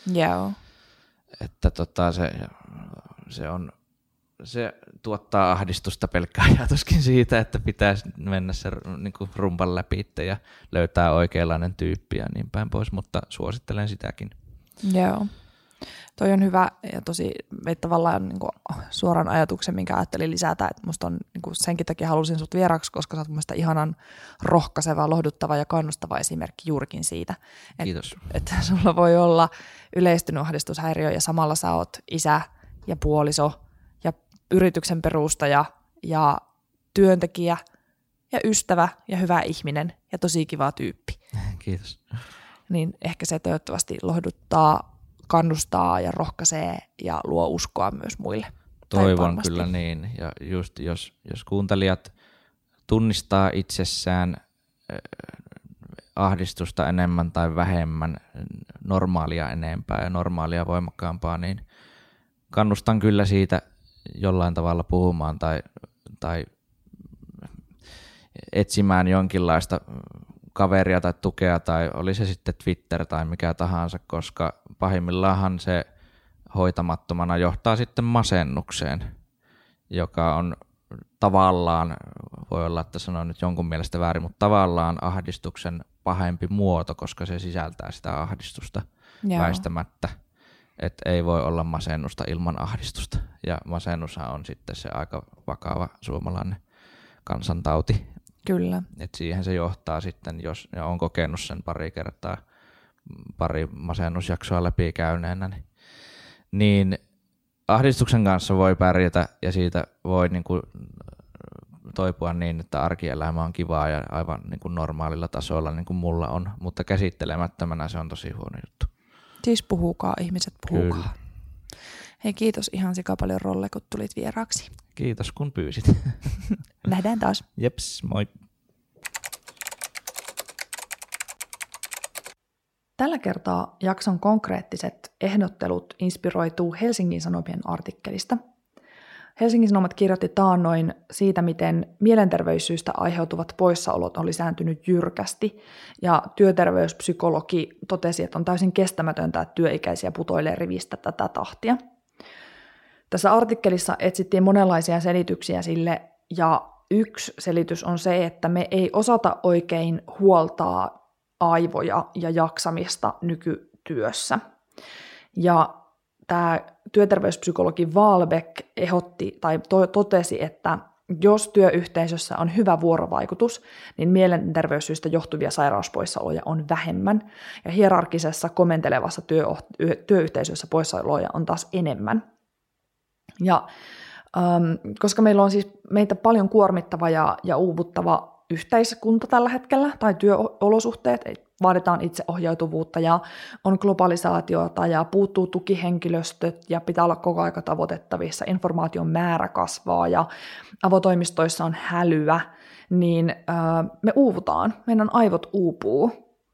Että se tuottaa ahdistusta pelkkä ajatuskin siitä, että pitäisi mennä se niin kuin rumpan läpi ja löytää oikeanlainen tyyppi ja niin päin pois, mutta suosittelen sitäkin. Joo. Toi on hyvä ja tosi tavallaan niin kuin suoran ajatuksen, minkä ajattelin lisätä, että musta on niin kuin senkin takia halusin sut vieraksi, koska sä oot mun mielestä ihanan rohkaiseva, lohduttava ja kannustava esimerkki juurikin siitä. Kiitos. Että sulla voi olla yleistynyt ahdistushäiriö ja samalla sä oot isä ja puoliso ja yrityksen perustaja ja työntekijä ja ystävä ja hyvä ihminen ja tosi kiva tyyppi. Kiitos. Niin ehkä se toivottavasti lohduttaa, kannustaa ja rohkaisee ja luo uskoa myös muille. Toivon kyllä niin. Ja just jos kuuntelijat tunnistaa itsessään ahdistusta enemmän tai vähemmän, normaalia enempää ja normaalia voimakkaampaa, niin kannustan kyllä siitä jollain tavalla puhumaan tai etsimään jonkinlaista kaveria tai tukea tai oli se sitten Twitter tai mikä tahansa, koska pahimmillaanhan se hoitamattomana johtaa sitten masennukseen, joka on tavallaan, voi olla, että sanon nyt jonkun mielestä väärin, mutta tavallaan ahdistuksen pahempi muoto, koska se sisältää sitä ahdistusta väistämättä. Että ei voi olla masennusta ilman ahdistusta. Ja masennushan on sitten se aika vakava suomalainen kansantauti. Kyllä. Et siihen se johtaa sitten, jos ja on kokenut sen pari masennusjaksoa läpikäyneenä, niin ahdistuksen kanssa voi pärjätä ja siitä voi niinku toipua niin, että arkielämä on kivaa ja aivan niinku normaalilla tasolla niin kuin mulla on, mutta käsittelemättömänä se on tosi huono juttu. Siis puhukaa, ihmiset puhukaa. Kyllä. Hei, kiitos ihan sika paljon Rolle, kun tulit vieraaksi. Kiitos kun pyysit. Nähdään taas. Jeps, moi. Tällä kertaa jakson konkreettiset ehdottelut inspiroituu Helsingin Sanomien artikkelista. Helsingin Sanomat kirjoitti taannoin siitä, miten mielenterveyssyistä aiheutuvat poissaolot on lisääntynyt jyrkästi, ja työterveyspsykologi totesi, että on täysin kestämätöntä, että työikäisiä putoilee rivistä tätä tahtia. Tässä artikkelissa etsittiin monenlaisia selityksiä sille, ja yksi selitys on se, että me ei osata oikein huoltaa aivoja ja jaksamista nykytyössä. Ja tämä työterveyspsykologi Wahlbeck ehdotti tai totesi, että jos työyhteisössä on hyvä vuorovaikutus, niin mielenterveyssyistä johtuvia sairauspoissaoloja on vähemmän, ja hierarkisessa komentelevassa työyhteisössä poissaoloja on taas enemmän. Ja koska meillä on siis meitä paljon kuormittava ja uuvuttava yhteiskunta tällä hetkellä, tai työolosuhteet, vaaditaan itseohjautuvuutta ja on globalisaatiota ja puuttuu tukihenkilöstöt ja pitää olla koko aika tavoitettavissa, informaation määrä kasvaa ja avotoimistoissa on hälyä, niin me uuvutaan, meidän aivot uupuu.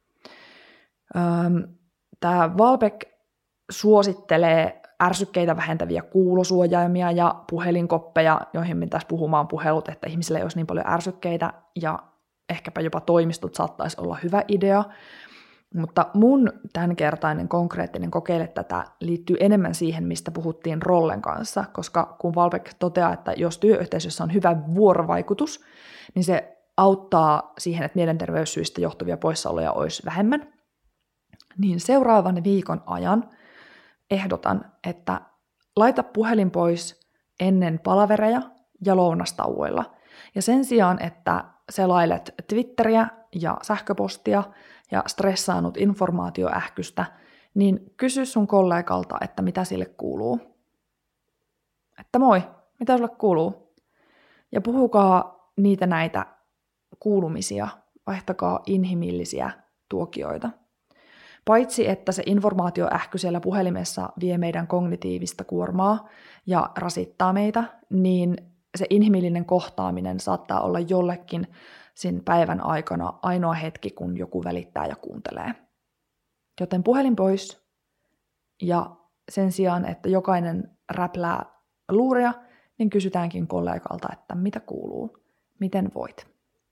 Tämä Wahlbeck suosittelee ärsykkeitä vähentäviä kuulosuojaimia ja puhelinkoppeja, joihin me tässä puhumaan puhelut, että ihmisillä ei olisi niin paljon ärsykkeitä ja ehkäpä jopa toimistot saattaisi olla hyvä idea. Mutta mun tämänkertainen konkreettinen kokeile tätä liittyy enemmän siihen, mistä puhuttiin Rollen kanssa, koska kun Wahlbeck toteaa, että jos työyhteisössä on hyvä vuorovaikutus, niin se auttaa siihen, että mielenterveyssyistä johtuvia poissaoloja olisi vähemmän. Niin seuraavan viikon ajan ehdotan, että laita puhelin pois ennen palavereja ja lounastauoilla. Ja sen sijaan, että selailet Twitteriä ja sähköpostia ja stressaanut informaatioähkystä, niin kysy sun kollegalta, että mitä sille kuuluu. Että moi, mitä sulle kuuluu? Ja puhukaa niitä näitä kuulumisia, vaihtakaa inhimillisiä tuokioita. Paitsi, että se informaatioähky siellä puhelimessa vie meidän kognitiivista kuormaa ja rasittaa meitä, niin se inhimillinen kohtaaminen saattaa olla jollekin sen päivän aikana ainoa hetki, kun joku välittää ja kuuntelee. Joten puhelin pois, ja sen sijaan, että jokainen räplää luuria, niin kysytäänkin kollegalta, että mitä kuuluu, miten voit.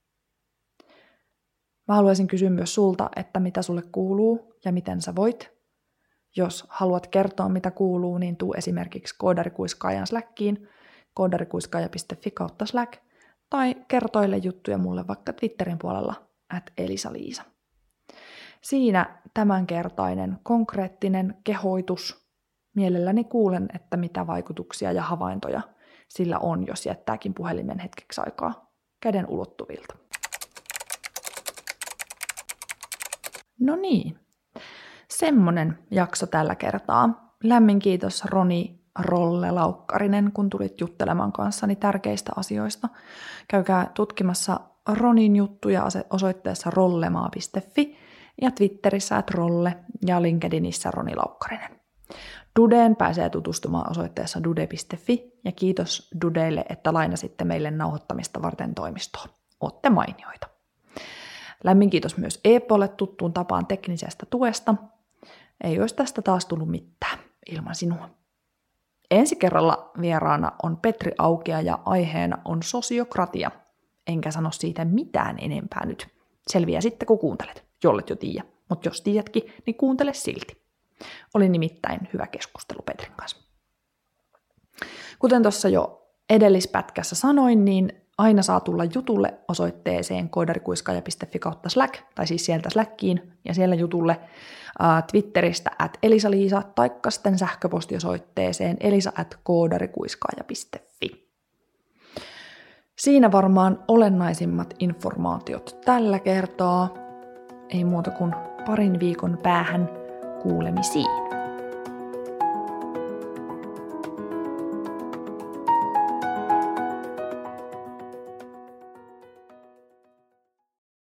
Mä haluaisin kysyä myös sulta, että mitä sulle kuuluu ja miten sä voit. Jos haluat kertoa, mitä kuuluu, niin tuu esimerkiksi Koodarikuiskaajan Slackiin, koodarikuiskaaja.fi/Slack, tai kertoile juttuja mulle vaikka Twitterin puolella @Elisa-Liisa. Siinä tämänkertainen konkreettinen kehoitus. Mielelläni kuulen, että mitä vaikutuksia ja havaintoja sillä on, jos jättääkin puhelimen hetkeksi aikaa käden ulottuvilta. No niin, semmonen jakso tällä kertaa. Lämmin kiitos Roni Rolle Laukkarinen, kun tulit juttelemaan kanssani tärkeistä asioista. Käykää tutkimassa Ronin juttuja osoitteessa rollemaa.fi ja Twitterissä @rolle ja LinkedInissä Roni Laukkarinen. Dudeen pääsee tutustumaan osoitteessa dude.fi ja kiitos Dudeille, että lainasitte meille nauhoittamista varten toimistoa. Ootte mainioita. Lämmin kiitos myös Eepolle tuttuun tapaan teknisestä tuesta. Ei olisi tästä taas tullut mitään ilman sinua. Ensi kerralla vieraana on Petri Aukea ja aiheena on sosiokratia. Enkä sano siitä mitään enempää nyt. Selviää sitten, kun kuuntelet, jollet jo tiedä. Mutta jos tiedätkin, niin kuuntele silti. Oli nimittäin hyvä keskustelu Petrin kanssa. Kuten tuossa jo edellispätkässä sanoin, niin aina saa tulla jutulle osoitteeseen koodarikuiskaaja.fi/Slack, tai siis sieltä Slackiin, ja siellä jutulle Twitteristä @Elisa-Liisa, taikka sitten sähköpostiosoitteeseen elisa@koodarikuiskaaja.fi. Siinä varmaan olennaisimmat informaatiot tällä kertaa. Ei muuta kuin parin viikon päähän kuulemisiin.